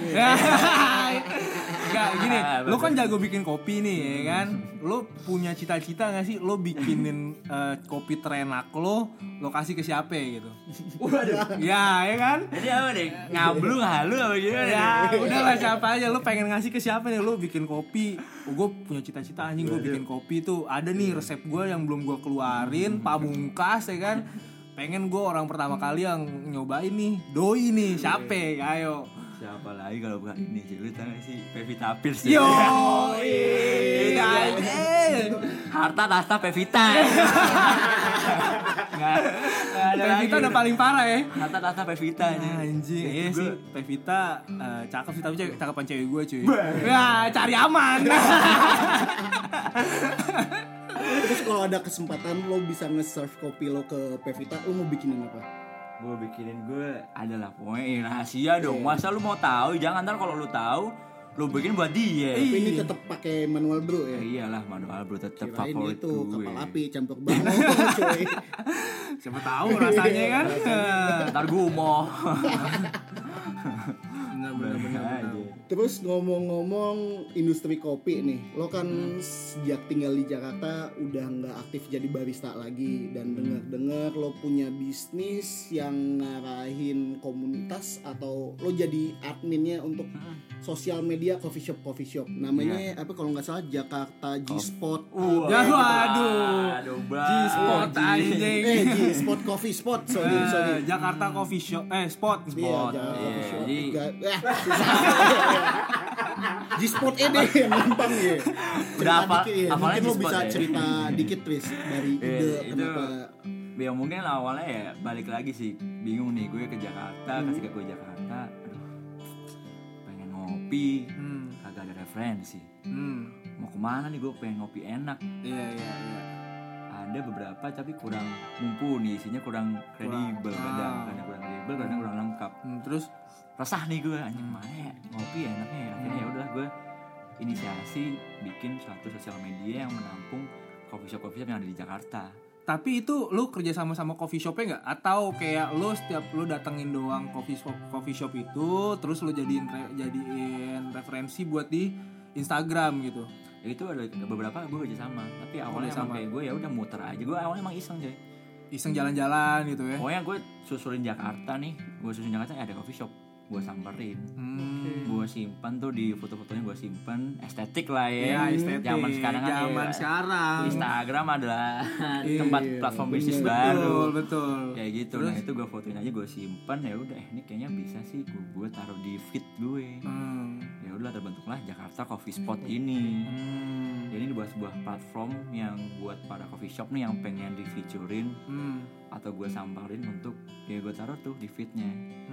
Gak gini, Ah, lo kan betul. jago bikin kopi nih ya kan. Lo punya cita-cita gak sih lo bikinin eh, kopi terenak lo, lo kasih ke siapa gitu? Waduh. Ya, ya kan? Jadi apa nih? Ngablu halu apa gimana? Ya, nih? udahlah siapa aja lo pengen ngasih ke siapa nih, lo bikin kopi. Oh, gue punya cita-cita anjing gue bikin kopi tuh. Ada nih resep gue yang belum gue keluarin, pamungkas ya kan. Pengen gue orang pertama kali yang nyobain nih. Doi nih, siapa? Ayo. Siapa lagi kalau bukan ini sih? Lu tau gak sih? Pevita Pierce. Yo, Itu iya, dia. anjing. Harta tahta Pevita. Nggak nggak ada lagi. Pevita udah paling parah ya. Harta tahta Pevita nih. Anjing, iya Gua- sih. Pevita eh, cakep sih, tapi cewek, cakepan cewek gue cuy. Ya, cari aman. Terus kalau ada kesempatan lo bisa nge-serve kopi lo ke Pevita, lo mau bikinin apa? Gue bikinin gue adalah pokoknya eh, rahasia dong. Masa lu mau tahu? Jangan ntar kalau lu tahu lu bikin buat dia. Tapi ini Iya. tetap pakai manual brew Ya ya. iyalah manual bro tetap Kirain favorit itu gue. kapal api campur banget coy. Siapa tahu rasanya kan. Ntar gue mau. Benar benar benar. aja. Terus ngomong-ngomong industri kopi nih, lo kan sejak tinggal di Jakarta udah nggak aktif jadi barista lagi, dan dengar-dengar lo punya bisnis yang ngarahin komunitas atau lo jadi adminnya untuk sosial media coffee shop coffee shop. Namanya apa kalau nggak salah Jakarta G-Spot. Wah, Ya, waduh. Aduh, G-Spot bang. anjing. Eh G-Spot Coffee Spot. Sorry Eh, sorry. Jakarta Coffee Shop eh spot Iya, spot. Jakarta Iya, Coffee Shop. jadi- Gak- eh, susah. G-Spot ini yang gampang ya. Cerita Udah hafal- dikit ya. hafalnya Mungkin lo G-Spot bisa ya. cerita dikit Tris dari Eh, ide itu kenapa. ya mungkin awalnya ya balik lagi sih, bingung nih gue ke Jakarta, ketika gue Jakarta, aduh pengen ngopi, Hmm. kagak ada referensi. Hmm. Mau kemana nih gue pengen ngopi enak? Iya iya iya. Ada beberapa tapi kurang mumpuni, isinya kurang kredibel, Kurang. kadang Ah. kadang kurang kredibel, kadang kurang lengkap. Hmm, terus Resah nih gue, anjing mana ya ngopi ya enaknya ya. Akhirnya ya udah gue inisiasi bikin suatu sosial media yang menampung coffee shop coffee shop yang ada di Jakarta. tapi itu lu kerja sama sama coffee shopnya nggak? Atau kayak lu setiap lu datengin doang coffee shop coffee shop itu, terus lu jadiin re- jadiin referensi buat di Instagram gitu? Ya itu ada beberapa gue kerja sama, tapi awalnya kerja emang sama. kayak gue ya udah muter aja. Gue awalnya emang iseng coy. Iseng jalan-jalan gitu ya? Pokoknya gue susulin Jakarta nih, gue susulin Jakarta ada coffee shop, gue samperin. Hmm. Gue simpan tuh di foto-fotonya, gue simpan estetik lah ya. Ya, estetik. Zaman sekarang kan Zaman ya, sekarang. Instagram adalah Iya, tempat platform bisnis bener. baru. Betul, betul. Kayak gitu. Terus? Nah itu gue fotoin aja, gue simpan ya udah. Eh, ini kayaknya bisa sih gue gue taruh di feed gue. Hmm. Ya udah terbentuklah Jakarta Coffee Spot ini. Hmm. Jadi ini buat sebuah platform yang buat para coffee shop nih yang pengen di featurein Hmm. atau gue samperin untuk ya gue taruh tuh di feednya.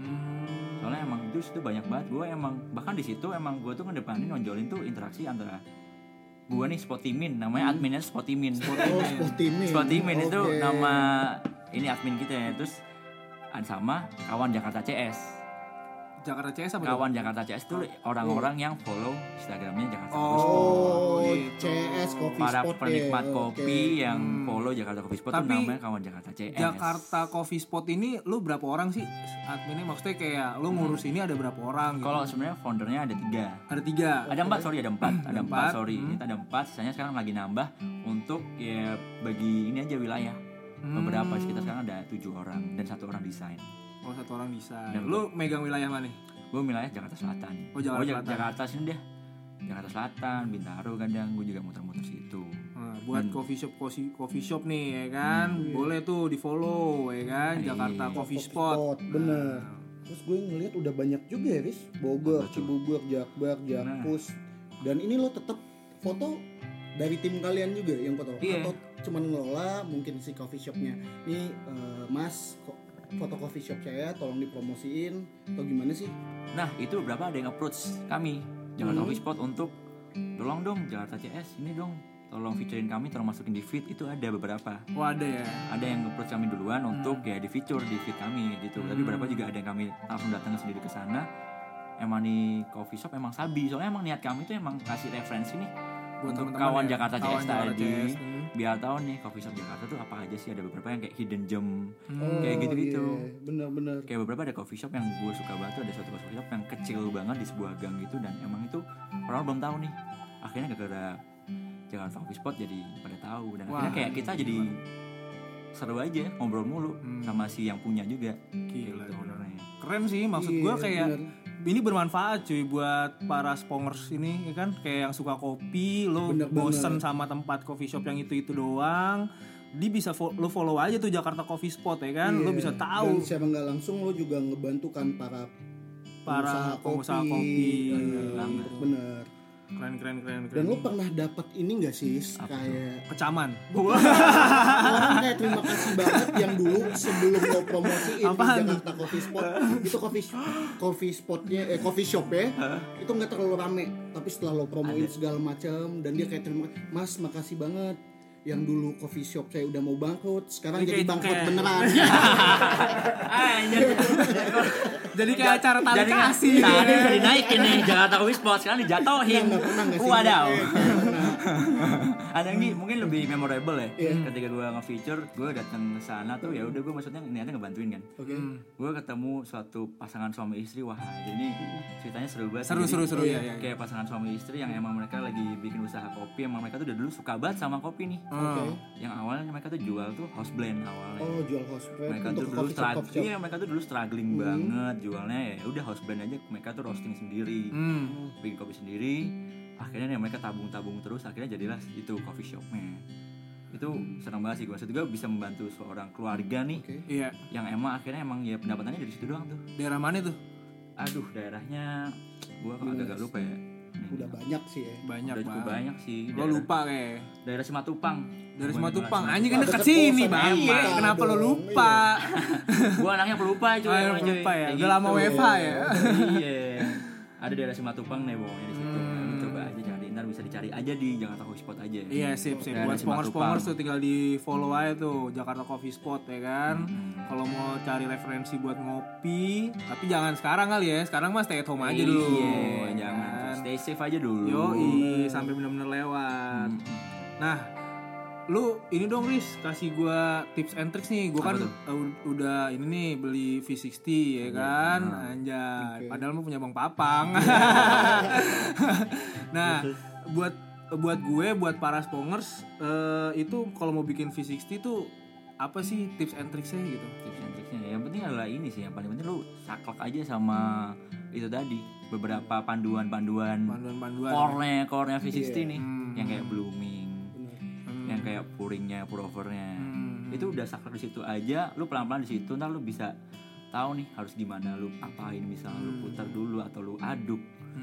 Hmm. Soalnya emang itu situ banyak banget. Gue emang bahkan di situ emang gue tuh ngedepanin nonjolin tuh interaksi antara gue nih Spotimin, namanya adminnya Spotimin. Oh, Spotimin. Spotimin itu Oke. nama ini admin kita ya. Terus ada sama kawan Jakarta C S. Jakarta C S apa tuh? Kawan Jakarta C S itu orang-orang yang follow Instagramnya Jakarta Oh. Coffee Spot. Oh, gitu. C S Coffee Para Spot penikmat ya. kopi Oke. yang Hmm. follow Jakarta Coffee Spot Tapi tuh namanya kawan Jakarta C S. Jakarta Coffee Spot ini lu berapa orang sih adminnya? Maksudnya kayak lu ngurus ini ada berapa orang gitu? Kalau sebenarnya foundernya ada tiga. Ada tiga. Ada empat, sorry ada empat, ada empat, Empat, sorry. hmm. Ini ada empat, sisanya sekarang lagi nambah untuk ya bagi ini aja wilayah. Beberapa Hmm. sekitar sekarang ada tujuh orang dan satu orang desain. Oh, satu orang desain. Dan Lu megang wilayah mana? Gue wilayah Jakarta Selatan. Oh, Jakarta Jak- Selatan. Jakarta sini deh. Jakarta Selatan, Bintaro kadang gue juga muter-muter situ. Nah, buat Hmm. coffee shop coffee, coffee shop nih ya kan, boleh tuh di follow ya kan, Iya. Jakarta Coffee Coffee Spot. bener. Terus gue ngeliat udah banyak juga ya, Riz. Bogor, Betul. Cibubur, Jakbar, Jakpus. Dan ini lo tetap foto dari tim kalian juga yang foto? Iya. Atau cuman ngelola mungkin si coffee shopnya? Nih eh, Mas, ko- foto coffee shop saya tolong dipromosiin atau gimana sih? Nah itu beberapa ada yang approach kami Jakarta Hmm. Coffee Spot untuk tolong dong Jakarta C S ini dong tolong featurein kami, tolong masukin di feed. Itu ada beberapa. Oh, ada ya. Ada yang approach kami duluan untuk ya di feature di feed kami gitu. Tapi Hmm. beberapa juga ada yang kami langsung datang sendiri ke sana. Emang nih coffee shop emang sabi. Soalnya emang niat kami tuh emang kasih referensi nih Buat untuk teman-teman kawan ya, Jakarta C S kawan Jakarta tadi. C S, hmm. Biar tahu nih coffee shop Jakarta tuh apa aja sih. Ada beberapa yang kayak hidden gem. Hmm. Kayak gitu-gitu. iya, bener-bener. Kayak beberapa ada coffee shop yang gue suka banget tuh, ada satu coffee shop yang kecil banget di sebuah gang gitu, dan emang itu orang belum tahu nih. Akhirnya gara-gara Jakarta Coffee Spot jadi pada tahu, dan Wah, akhirnya kayak kita jadi seru aja ngobrol mulu Hmm. sama si yang punya juga. Gila, Gitu, bener. benernya. Keren sih, maksud Iya, gua kayak bener. ini bermanfaat cuy buat para spongers ini ya kan, kayak yang suka kopi, lo Bener, bosen bener. sama tempat coffee shop yang itu-itu doang, dia bisa fo- lo follow aja tuh Jakarta Coffee Spot ya kan, lo Iya. bisa Dan tahu secara nggak langsung lo juga ngebantukan para para pengusaha kopi. Iya, Banget. bener. Keren keren keren Dan lo keren. pernah dapat ini nggak sih Apa kayak Kecaman. orang kayak terima kasih banget yang dulu sebelum lo promosiin di Apaan? Jakarta Coffee Spot itu coffee coffee spotnya eh coffee shop ya itu nggak terlalu rame, tapi setelah lo promoin Ada. segala macam dan dia kayak terima Mas makasih banget yang dulu coffee shop saya udah mau bangkrut sekarang Ini jadi kayak- bangkrut kayak- beneran. Anjir. Jadi kayak acara tali Jadi kasih. tadi udah dinaikin nih Jakarta Coffee Spot, sekarang dijatohin. Nggak pernah nggak sih? Wadaw. Eh, nggak pernah. Ada yang nih mungkin lebih memorable ya. Iya. Ketika gue nge-feature, gue datang ke sana tuh ya udah gue maksudnya niatnya ngebantuin kan. Oke. Hmm. Gue ketemu suatu pasangan suami istri, wah jadi ceritanya seru banget. Seru Jadi, seru seru ya ya. Kayak pasangan suami istri yang emang mereka lagi bikin usaha kopi, emang mereka tuh udah dulu suka banget sama kopi nih. Oke. Hmm. Yang awalnya mereka tuh jual tuh house blend awalnya. Oh jual house brand Mereka untuk tuh dulu coffee shop, strugg- coffee shop. iya mereka tuh dulu struggling Hmm. banget jualnya, ya udah house blend aja, mereka tuh roasting sendiri, Hmm. bikin kopi sendiri. Akhirnya nih mereka tabung-tabung terus, akhirnya jadilah itu coffee shopnya. Itu senang banget sih gue, maksud gue bisa membantu seorang keluarga nih Oke. Iya. yang emang akhirnya emang ya pendapatannya dari situ doang tuh. Daerah mana tuh? Aduh daerahnya gue agak-agak lupa ya. Udah banyak sih ya. Banyak Udah cukup banget. banyak sih. Lo Daerah- lupa kayak. Daerah Simatupang. Dari Gua Simatupang. daerah Anjing kan Simatupang. dekat Deket sini, kosan Bang. kita Kenapa lo dong. lupa? Gue anaknya pelupa cuy. Ah, emang, cuy. lupa ya. Kayak Udah lama gitu. W F H ya. Iya. Ada daerah Simatupang nih pokoknya di situ. Hmm. Lu coba aja cari, ntar bisa dicari aja di Jakarta Coffee Spot aja. Iya, sip sip. Daerah Buat spongers-spongers Simatupang. tuh tinggal di follow aja tuh Jakarta Coffee Spot ya kan. Hmm. Kalau mau cari referensi buat ngopi, tapi jangan sekarang kali ya. Sekarang mah stay at home aja dulu. Iya, ya jangan. kan? Stay safe aja dulu. Yoi, sampai bener-bener lewat. Hmm. Nah, lu ini dong Riz, kasih gua tips and tricks nih. Gua Apa kan tuh? uh, udah ini nih beli V enam puluh ya kan. Anjay, Oke. padahal mah punya Bang Papang. Nah, buat buat gue, buat para spongers eh, itu kalau mau bikin V enam puluh tuh apa sih tips and tricksnya gitu? Tips and tricksnya yang penting adalah ini sih, yang paling penting lu saklek aja sama itu tadi, beberapa panduan-panduan Panduan-panduan. core-nya core-nya V enam puluh Iya. nih, Hmm. yang kayak blooming, Bener. Hmm. yang kayak pouringnya, pour-overnya. Hmm. Itu udah saklek di situ aja, lu pelan-pelan di situ, ntar lu bisa tahu nih harus gimana lu apain, misalnya lu Hmm. putar dulu atau lu aduk. Hmm.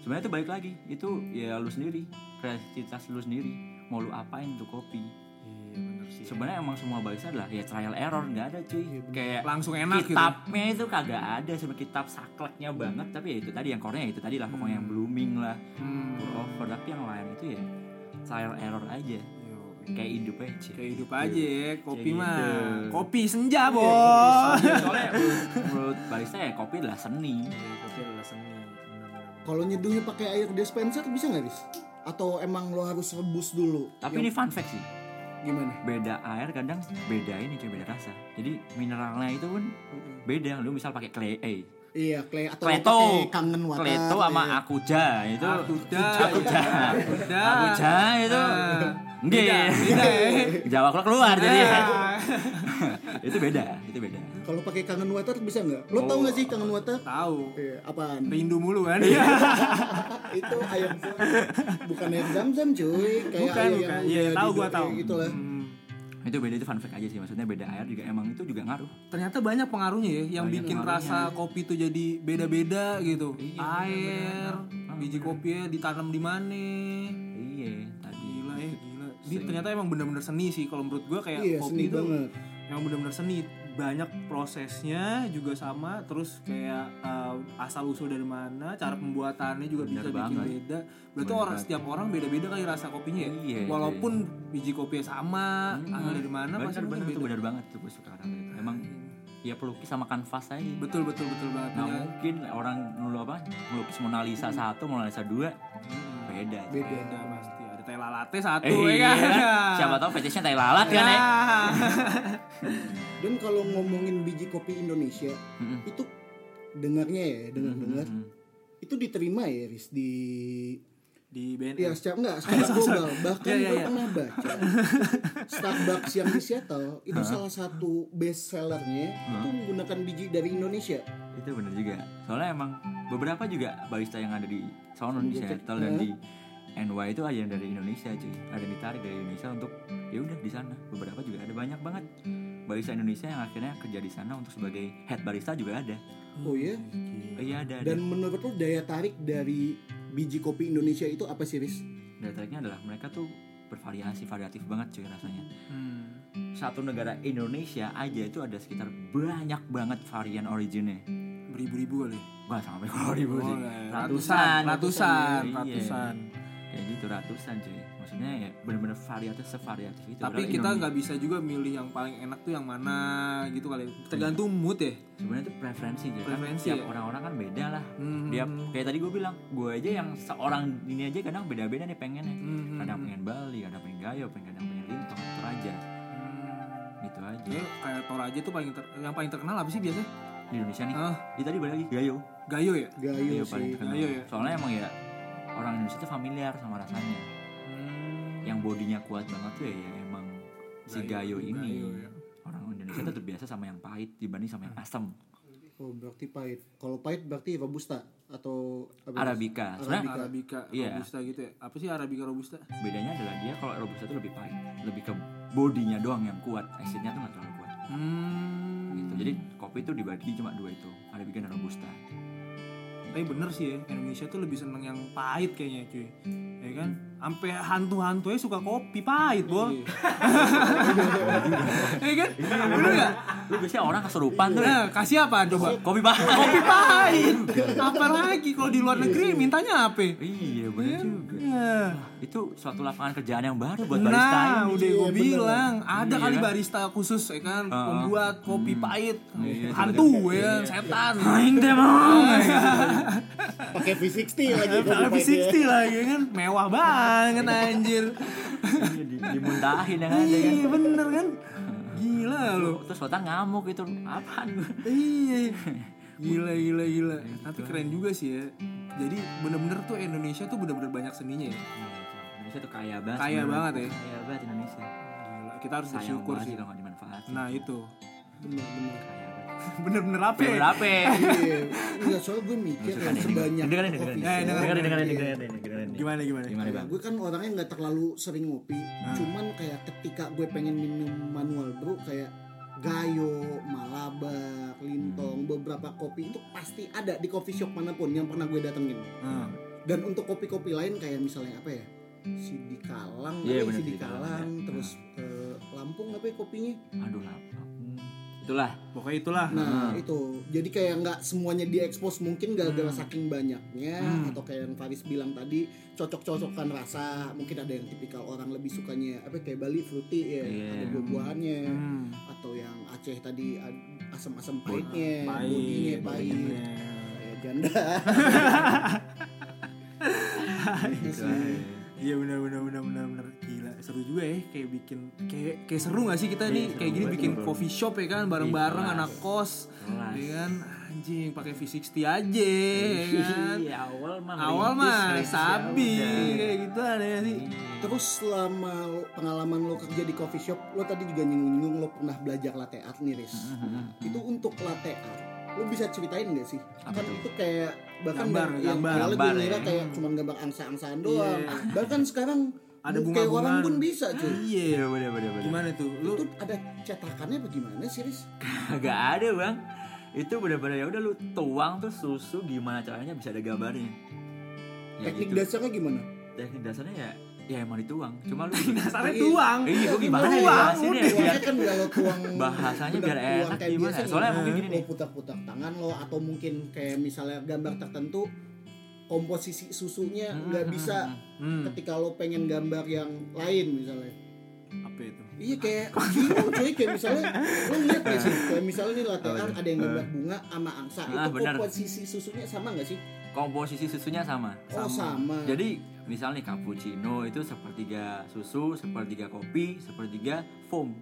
Sebenarnya itu balik lagi, itu ya lu sendiri, kreativitas lu sendiri, mau lu apain tuh kopi. Iya benar sih. Sebenarnya emang semua barista adalah ya trial error, nggak ada cuy. Kayak Langsung enak gitu. kitabnya itu kagak ada, sebenarnya kitab sakleknya banget. Tapi ya itu tadi yang core-nya itu tadi lah, pokoknya yang blooming lah, Hmm. pour over. Tapi yang lain itu ya trial error aja, Yo, kayak hidup aja. kayak hidup aja ya, kopi Kayak mah. gitu. Kopi senja, Bos. Soalnya menurut barista ya kopi adalah seni. Iya, kopi adalah seni. Benar-benar. Kalau nyeduhnya pakai air dispenser bisa nggak, Riz? Atau emang lo harus rebus dulu? Tapi ini fun fact sih, Gimana? beda air kadang beda ini kayak beda rasa. Jadi mineralnya itu pun beda. Lu misal pakai clay, eh, Iya, clay atau lo Kleto, pakai kangen water. Kleto sama ya. Akuja itu. Akuja, Akuja, Akuja. Akuja itu. Ah. Enggak, Beda, beda ya. Jawa keluar keluar jadi. Ah. Itu beda, itu beda. Kalau pakai kangen water bisa nggak? Lo Oh. tau nggak sih kangen water? Tahu. Iya, apaan? Rindu mulu kan? Itu ayam bukan air zam-zam cuy, kayak Bukan, ayam bukan. yang Iya, udah tahu di- gua tahu. kayak gitu lah. Hmm. Itu beda, itu fun fact aja sih. Maksudnya beda air juga emang itu juga ngaruh. Ternyata banyak pengaruhnya ya yang Banyak bikin pengaruhnya. rasa kopi itu jadi beda-beda gitu. Iya, Air, bener-bener. biji kopinya ditanam di mana? Iya, tadi. Gila ya, gila. Ini ternyata emang bener-bener seni sih kalau menurut gua kayak Iya, kopi seni itu banget. emang bener-bener seni. Banyak prosesnya juga sama, terus kayak uh, asal usul dari mana, cara pembuatannya juga Bener bisa bikin banget. beda. Berarti Bener orang banget. setiap orang beda-beda kali rasa kopinya ya. Iya, Walaupun biji kopinya sama, Hmm. asal dari mana Bener, pasti bener, mungkin itu beda. bener banget tuh gue suka kata itu. Emang ya pelukis sama kanvas aja. Betul betul betul banget. Nggak Ya. mungkin orang nulu apa ngelukis Mona Lisa satu, Mona Lisa dua, Hmm. beda. Beda. Beda pasti. Ada teh latte satu Eh, ya kan. Siapa tahu fetishnya tai lalat kan ya. Dan kalau ngomongin biji kopi Indonesia, Mm-mm. itu dengarnya ya, dengar-dengar Mm-mm. itu diterima ya, Riz, di Di B N ya M. secara enggak secara global. Bahkan Ya, ya, gue ya. pernah baca Starbucks yang di Seattle itu salah satu best sellernya itu menggunakan biji dari Indonesia. Itu bener juga. Soalnya emang beberapa juga barista yang ada di sono di Seattle dan di N Y itu ada yang dari Indonesia cuy. Ada yang ditarik dari Indonesia untuk ya udah di sana. Beberapa juga ada banyak banget barista Indonesia yang akhirnya kerja di sana untuk sebagai head barista juga ada. Oh ya. Eh, Iya ada. ada. Dan menurut lo daya tarik dari biji kopi Indonesia itu apa sih, Riz? Daya tariknya adalah mereka tuh bervariasi, variatif banget cuy rasanya. Hmm. Satu negara Indonesia aja itu ada sekitar banyak banget varian originnya. Beribu-ribu kali. Gak sampai kalau ribu sih. Oh, ya. Ratusan, ratusan, Iya. ratusan. Kayak gitu ratusan cuy. Maksudnya ya benar-benar variatif sevariatif itu. Tapi Padahal kita Indonesia- nggak bisa juga milih yang paling enak tuh yang mana gitu kali. Tergantung mood ya. sebenarnya itu preferensi cuy. Preferensi kan tiap ya? orang-orang kan beda lah. Hmm. Dia kayak tadi gue bilang, gue aja yang seorang ini aja kadang beda-beda nih pengennya. Hmm. Kadang pengen Bali, kadang pengen Gayo, pengen kadang pengen Lintong, Toraja. Gitu aja. Ya, kayak Toraja tuh paling ter- yang paling terkenal apa sih biasanya? Di Indonesia nih. Ah, Dia tadi balik lagi Gayo. Gayo ya? Gayo Gayo sih. paling terkenal. Gayo ya? Soalnya emang ya orang Indonesia tuh familiar sama rasanya. Hmm. Yang bodinya kuat banget tuh ya, ya emang si Gayo, Gayo ini. Gayo, ya. Orang Indonesia tuh terbiasa sama yang pahit dibanding sama yang asam. Oh, berarti pahit. Kalau pahit berarti robusta atau apa, Riz? Arabica. Sebenarnya Arabica, Iya. Robusta gitu ya. Apa sih Arabica Robusta? bedanya adalah dia kalau robusta itu lebih pahit, lebih ke bodinya doang yang kuat, acidnya tuh nggak terlalu kuat. Hmm. Gitu. Jadi kopi itu dibagi cuma dua itu, Arabica dan robusta. Tapi bener sih ya, Indonesia tuh lebih seneng yang pahit kayaknya cuy. Ya kan? Sampai hantu-hantunya suka kopi pahit, Bol. Ya kan? Bener enggak? Lu biasanya orang kesurupan tuh. Nah, kasih apa coba? Kopi pahit. Kopi pahit. Apa lagi kalau di luar negeri mintanya apa? Iya benar juga. Ya. Itu suatu lapangan kerjaan yang baru buat barista Nah, ini. udah gue Iya, bener. bilang ada Iya kali kan? barista khusus ya kan, Uh-uh. pembuat kopi pahit, Iya, hantu coba-coba. ya, setan. Aing teh mau. Pakai V enam puluh lagi kopi Tapi pahitnya. enam puluh lagi kan, mewah banget anjir. Iya, di- dimuntahin yang ada kan. Iya bener kan, gila lo. Terus Sultan ngamuk itu apaan gue? Iya, gila gila gila. Tapi keren juga sih ya. Jadi bener-bener tuh Indonesia tuh bener-bener banyak seninya ya. Indonesia tuh kaya banget. Kaya sebenarnya. banget ya. Kaya banget Indonesia. Gila, kita harus Sayang bersyukur banget sih. sih kalau nggak dimanfaatin. Nah itu, Bener-bener. Kaya banget. bener-bener apa? ya? Berapa? Iya, enggak soal gue mikir Dengerin, ya sebanyak dengerin, kopi dengerin, Eh, shop. dengerin, dengerin, dengerin, Iya. dengerin, dengerin. Gimana gimana? Gimana bang? Gue kan orangnya nggak terlalu sering ngopi, cuman kayak ketika gue pengen minum manual brew kayak Gayo, Malabar, Lintong, beberapa kopi itu pasti ada di coffee shop manapun yang pernah gue datengin. Hmm. Dan untuk kopi-kopi lain kayak misalnya apa ya? Sidi Kalang, Iya, yeah, bener, Sidi Sidi Kalang, Kalang, ya. terus eh, Lampung apa ya kopinya? Aduh Lampung. Itulah. Pokoknya itulah. Nah itu, jadi kayak nggak semuanya diekspos mungkin gara-gara Hmm. saking banyaknya, Hmm. atau kayak yang Faris bilang tadi cocok-cocokan rasa. Mungkin ada yang tipikal orang lebih sukanya apa kayak Bali fruity ya, Iya. ada buah-buahannya, Hmm. atau yang Aceh tadi ad- asam-asam pahitnya, Pahit, bodinya pahit, bodinya. kayak janda. Gitu Itu sih. aja. Iya benar benar benar benar benar gila seru juga ya kayak bikin kayak kayak seru gak sih kita nih seru kayak gini banget, bikin bro. coffee shop ya kan bareng-bareng Kelas. anak kos Kelas. ya kan anjing pakai V enam puluh aja ya kan Iya, awal mah awal ngerintis, mah ngerintis, sabi ya udah. kayak gitu ada ya sih Terus selama lo- pengalaman lo kerja di coffee shop, lo tadi juga nyinggung-nyinggung lo pernah belajar latte art nih, Riz. Itu untuk latte art, lo bisa ceritain nggak sih? Apa Kan tuh? itu kayak bahkan Gambar, dari- yang gambar. awalnya gue Gambar, ngira ya. kayak cuma gambar angsa-angsaan doang. Iya. Bahkan sekarang ada mau kayak orang bunga-bungaan pun bisa cuy. iya Iya bener bener bener. gimana tuh lu Itu ada cetakannya apa gimana sih, Riz? Gak ada bang. Itu bener-bener ya udah lu tuang tuh susu gimana caranya bisa ada gambarnya. Ya Teknik gitu. dasarnya gimana? Teknik dasarnya ya ya emang dituang. Cuma lu dasarnya Iya. tuang Iya, gua gimana ya Tuang, jelasinnya ya, udah. biar Tuangnya kan kalau tuang bahasanya biar bener tuang enak kayak gimana? biasa nih. Soalnya mungkin gini Lo nih. putar-putar tangan lo, atau mungkin kayak misalnya gambar tertentu komposisi susunya nggak bisa Hmm, ketika lo pengen gambar yang lain misalnya. apa itu Iya kayak bingung cuy, kayak misalnya lo lihat gak sih kayak misalnya nih latte Apa art tuh? ada yang gambar bunga sama angsa, Ah, itu benar. komposisi susunya sama gak sih? Komposisi susunya sama. Oh sama. Jadi misalnya nih cappuccino itu sepertiga susu, sepertiga kopi, sepertiga foam.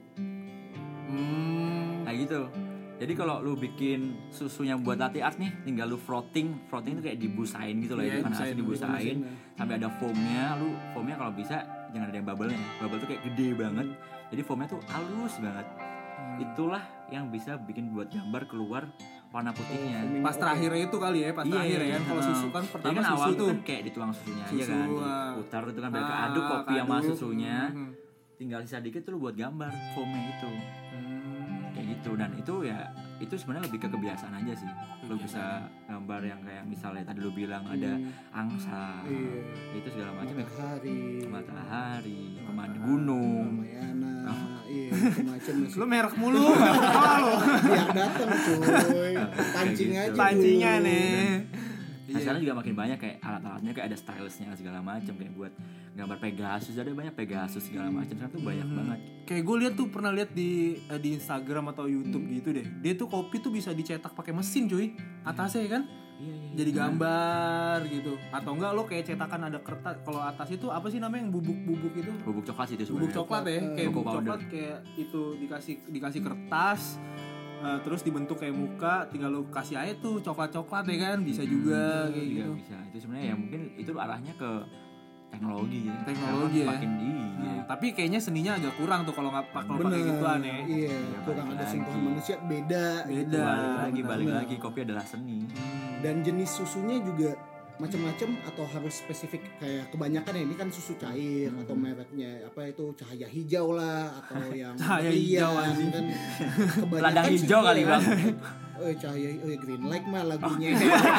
hmm Kayak gitu. Jadi kalau lu bikin susunya buat latte art nih, tinggal lu frotting, frotting itu kayak dibusain gitu loh, Iya, itu kan dibusain, asli dibusain dibusain. sampai ada foamnya. Lu foamnya kalau bisa jangan ada yang bubble-nya. Bubble tuh kayak gede banget. Jadi foamnya tuh halus banget. Itulah yang bisa bikin buat gambar keluar warna putihnya. pas terakhir itu kali ya pas terakhir ya kan kalau nah. susu kan Jadi pertama kan awal susu tuh tuh kan kayak dituang susunya aja Susu, kan, ah. diputar itu kan biar Ah, keaduk kopi sama keaduk. susunya. Hmm. Tinggal sisa dikit tuh lu buat gambar foamnya itu. Hmm. Kayak gitu, dan itu ya itu sebenarnya lebih ke kebiasaan aja sih. Lu Kebiasaan. bisa gambar yang kayak misalnya tadi lu bilang ada angsa, Iya. itu segala macam ya, Matahari, matahari, pemandu gunung. Ramayana, iya macam Lu merek mulu apa lu? biar datang cuy, pancing gitu. aja Pancingan dulu. nih. Nah, sekarang juga makin banyak kayak alat-alatnya, kayak ada stylusnya segala macam, kayak buat gambar Pegasus, ada banyak Pegasus segala macam. Sekarang tuh banyak banget. Kayak gue lihat tuh pernah lihat di eh, di Instagram atau YouTube gitu deh. Dia tuh kopi tuh bisa dicetak pakai mesin cuy. Atasnya kan Iya, iya. jadi gambar gitu. Atau enggak lo kayak cetakan ada kertas. Kalau atas itu apa sih namanya yang bubuk-bubuk itu? Bubuk coklat sih itu Bubuk sebenarnya. coklat ya, kayak Cocoa bubuk powder. coklat kayak itu dikasih dikasih kertas. eh, terus dibentuk kayak muka, tinggal lo kasih aja tuh coklat-coklat ya kan, bisa juga kayak Juga gitu. bisa. Itu sebenarnya ya mungkin itu arahnya ke teknologi ya. Teknologi ya. Makin iya. Hmm, tapi kayaknya seninya agak kurang tuh kalau nggak kalau pakai Bener, gituan ya. iya, Ya, kurang balik ada lagi. sentuhan manusia beda, Beda. Balik lagi, benar, balik benar. lagi, kopi adalah seni. dan jenis susunya juga macam-macam atau harus spesifik kayak kebanyakan ya ini kan susu cair atau mereknya apa itu cahaya hijau lah atau yang Cahaya berlian, hijau, anjing. kan kebanyakan Ladang sih hijau gitu kali, ya. Bang. Oh cahaya, oh green light mah lagunya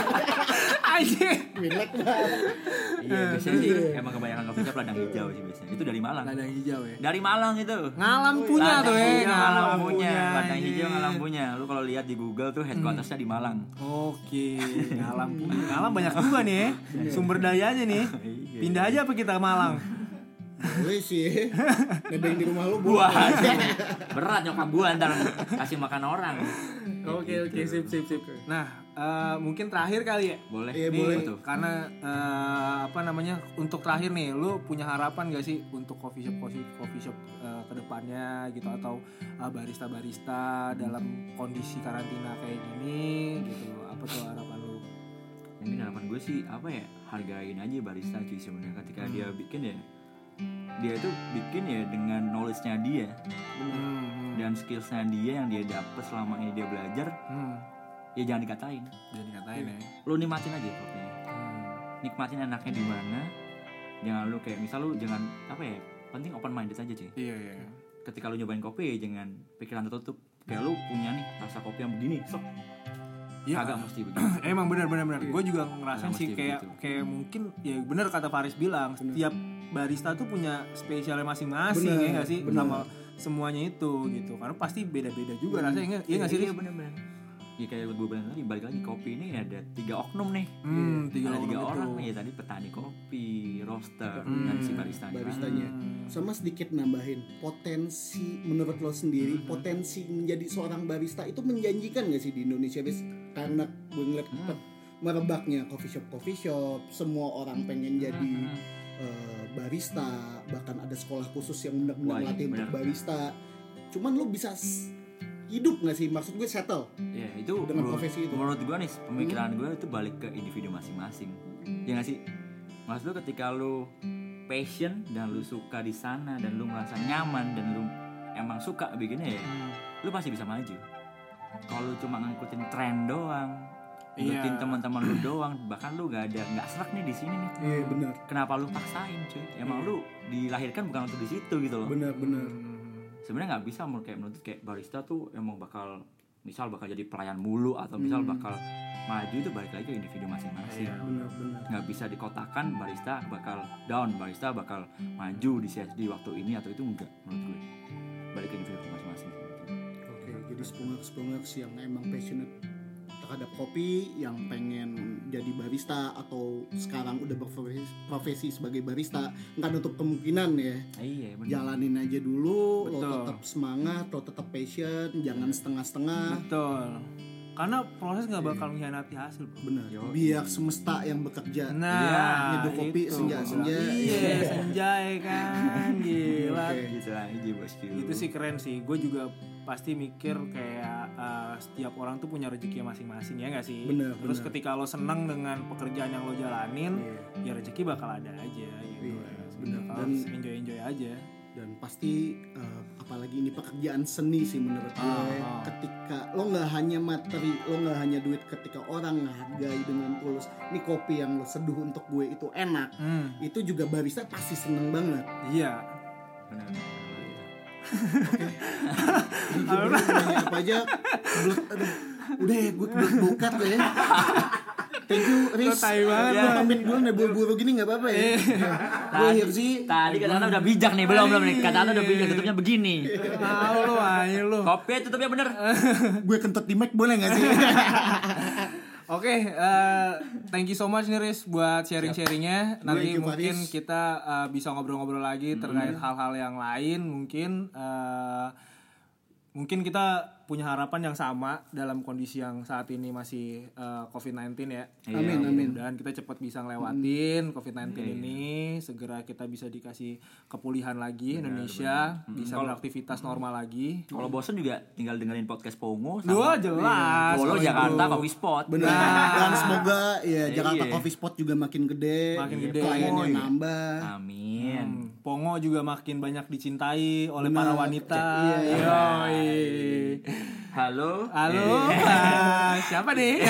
Anjing. green light mah Iya, biasanya sih emang kebanyakan kopi shop ladang hijau sih biasanya. Itu dari Malang. Ladang hijau ya. Dari Malang itu. Ngalam punya Ladang tuh ya, hijau, Ngalam ngalam punya. Ladang anjing. hijau Ngalam punya. Lu kalau lihat di Google tuh headquartersnya di Malang. Oke, ngalam punya. Ngalam banyak juga nih ya. Sumber dayanya nih. Iya. Pindah aja apa kita ke Malang? boleh sih nebeng di rumah lu Buah. boleh. Berat nyokap gua ntar kasih makan orang. Oke Kayak oke gitu. sip sip sip. Nah eh, mungkin terakhir kali ya. Boleh. Iya, Nih, boleh. tuh. karena eh, apa namanya untuk terakhir nih, lu punya harapan gak sih untuk coffee shop coffee, coffee shop eh, kedepannya gitu atau eh, barista barista dalam kondisi karantina kayak gini gitu? Apa tuh harapan lu? Mungkin harapan gue sih apa ya, hargain aja barista cuy sebenarnya ketika dia bikin ya, dia itu bikin ya dengan knowledge-nya dia Hmm, dan skills-nya dia yang dia dapet selama ini dia belajar, hmm. ya jangan dikatain. Jadi katain ya. Lu nikmatin aja kopinya, Hmm. nikmatin enaknya di mana. Jangan lu kayak misal lu jangan apa ya, penting open minded aja cuy. Iya iya. Ketika lu nyobain kopi jangan pikiran tertutup, kayak lu punya nih rasa kopi yang begini, sok Ya, kagak mesti begitu. Emang benar-benar benar. Gue juga ngerasain Kagak sih mesti kayak begitu. kayak mungkin ya benar kata Faris bilang, setiap barista tuh punya spesialnya masing-masing Bener, ya nggak sih bener. sama semuanya itu gitu. Karena pasti beda-beda juga rasanya. Iya nggak sih? Iya benar-benar. Ya kayak gue bilang tadi, balik lagi kopi ini ada tiga oknum nih. Hmm, tiga ada tiga orang orang itu. nih ya, tadi petani kopi, roaster, Hmm. dan si baristanya. baristanya. Sama sedikit nambahin, potensi menurut lo sendiri, potensi menjadi seorang barista itu menjanjikan gak sih di Indonesia, Bis? Karena gue ngeliat Hmm. merebaknya coffee shop coffee shop, semua orang pengen jadi Hmm. eh, barista, bahkan ada sekolah khusus yang benar-benar Wah, iya, melatih untuk benar. barista. Cuman lo bisa s- hidup gak sih? Maksud gue settle. Ya itu Dengan menurut, profesi itu. menurut gue nih pemikiran gue itu balik ke individu masing-masing. Ya nggak sih? Maksud lu ketika lu passion dan lu suka di sana dan lu merasa nyaman dan lu emang suka bikinnya ya, lu pasti bisa maju. Kalau lu cuma ngikutin tren doang, ngikutin Iya. teman-teman lu doang, bahkan lu nggak ada nggak serak nih di sini nih. Iya benar, Kenapa lu paksain cuy? Emang lu dilahirkan bukan untuk di situ gitu loh. benar-benar. Sebenarnya nggak bisa mau kayak menuntut kayak barista tuh emang bakal misal bakal jadi pelayan mulu atau misal bakal maju, itu balik lagi ke individu masing-masing. Iya. Benar-benar. Nggak bisa dikotakan barista bakal down, barista bakal maju di C S D waktu ini atau itu, enggak menurut gue. Balik ke individu masing-masing. Oke, jadi spongers-spongers yang emang passionate terhadap kopi, yang pengen jadi barista atau sekarang udah berprofesi profesi sebagai barista, nggak nutup kemungkinan ya. Iya benar. Jalanin aja dulu, lo Betul. tetap semangat, lo tetap passion, jangan setengah-setengah. Betul. Karena proses nggak bakal mengkhianati hasil, bro. Benar. Yo, Biar semesta yang bekerja. Nah, nyeduh kopi itu. senja-senja. Iya, senja ya kan. Gila. Oke. Gitu aja bosku. Itu sih keren sih. Gue juga pasti mikir kayak uh, setiap orang tuh punya rezeki masing-masing ya nggak sih. Bener, Terus bener. ketika lo seneng dengan pekerjaan yang lo jalanin, Iya. ya rezeki bakal ada aja gitu. Iya, Ya. bener. Bakal Dan- enjoy-enjoy aja. Dan pasti eh, apalagi ini pekerjaan seni sih menurut gue. Ah, ah. Ketika lo nggak hanya materi, lo nggak hanya duit, ketika orang menghargai dengan tulus, ini kopi yang lo seduh untuk gue itu enak, Hmm, itu juga barista pasti seneng banget. iya. Benar. Jadi gue bener nanya apa aja, kebelet, aduh, udah ya gue kebelet bukat lo ya. Thank you Riz. Lo tai banget, Gue lo. pamit dulu nih buru-buru gini nggak apa-apa ya. Gue Hirzi. Tadi kata-kata udah bijak nih, belum belum nih. Kata-kata udah bijak, tutupnya begini. Tahu lo aja lo. Kopi tutupnya bener. Gue kentut di mic boleh nggak sih? Oke, eh, thank you so much nih Riz buat sharing-sharingnya. Nanti Thank you, mungkin Faris. kita eh, bisa ngobrol-ngobrol lagi terkait hal-hal yang lain. Mungkin eh, mungkin kita punya harapan yang sama dalam kondisi yang saat ini masih eh, covid sembilan belas ya. Amin, amin. Dan kita cepat bisa ngelewatin covid sembilan belas ini, segera kita bisa dikasih kepulihan lagi Indonesia, bisa beraktivitas normal lagi. Kalau bosen juga tinggal dengerin podcast Pongo Dua sama jelas. Polo kalau Jakarta itu. Coffee Spot. Benar. Dan semoga ya Jakarta Iya. Coffee Spot juga makin gede, Makin gede. kliennya Oh, iya. nambah. Amin. Hmm, Pongo juga makin banyak dicintai oleh Benar. para wanita. Iya, iya. Yoi. Halo. Halo, Eh. ah, siapa nih?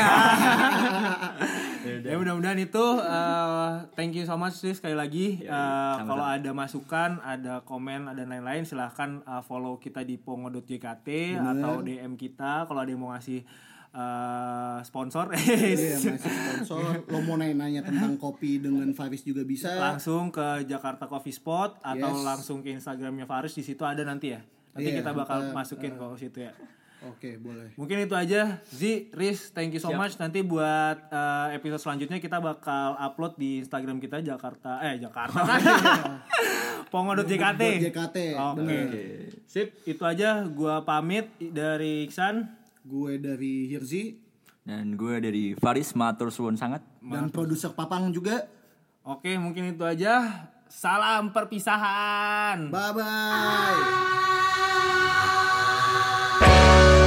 Ya mudah-mudahan itu. uh, thank you so much Riz, sekali lagi. Ya, Uh, sama-sama. kalau ada masukan, ada komen, ada lain-lain, silahkan uh, follow kita di pongo dot j k t atau D M kita kalau ada yang mau ngasih uh, sponsor. Iya, masih sponsor. Lo mau nanya tentang kopi dengan Faris juga bisa. Langsung ke Jakarta Coffee Spot atau Yes. langsung ke Instagramnya Faris, di situ ada nanti ya. Nanti Iya, kita bakal ntar, masukin kok ke situ ya. Oke, boleh. Mungkin itu aja. Zi, Riz, thank you so Siap. much. Nanti buat uh, episode selanjutnya kita bakal upload di Instagram kita Jakarta eh Jakarta kan. pongo dot j k t. J K T, Oke. bener. Sip, itu aja. Gua pamit dari Iksan Gue dari Hirzi Dan gue dari Faris, matur suwun sangat. dan produser Papang juga. Oke, mungkin itu aja. Salam perpisahan. Bye bye.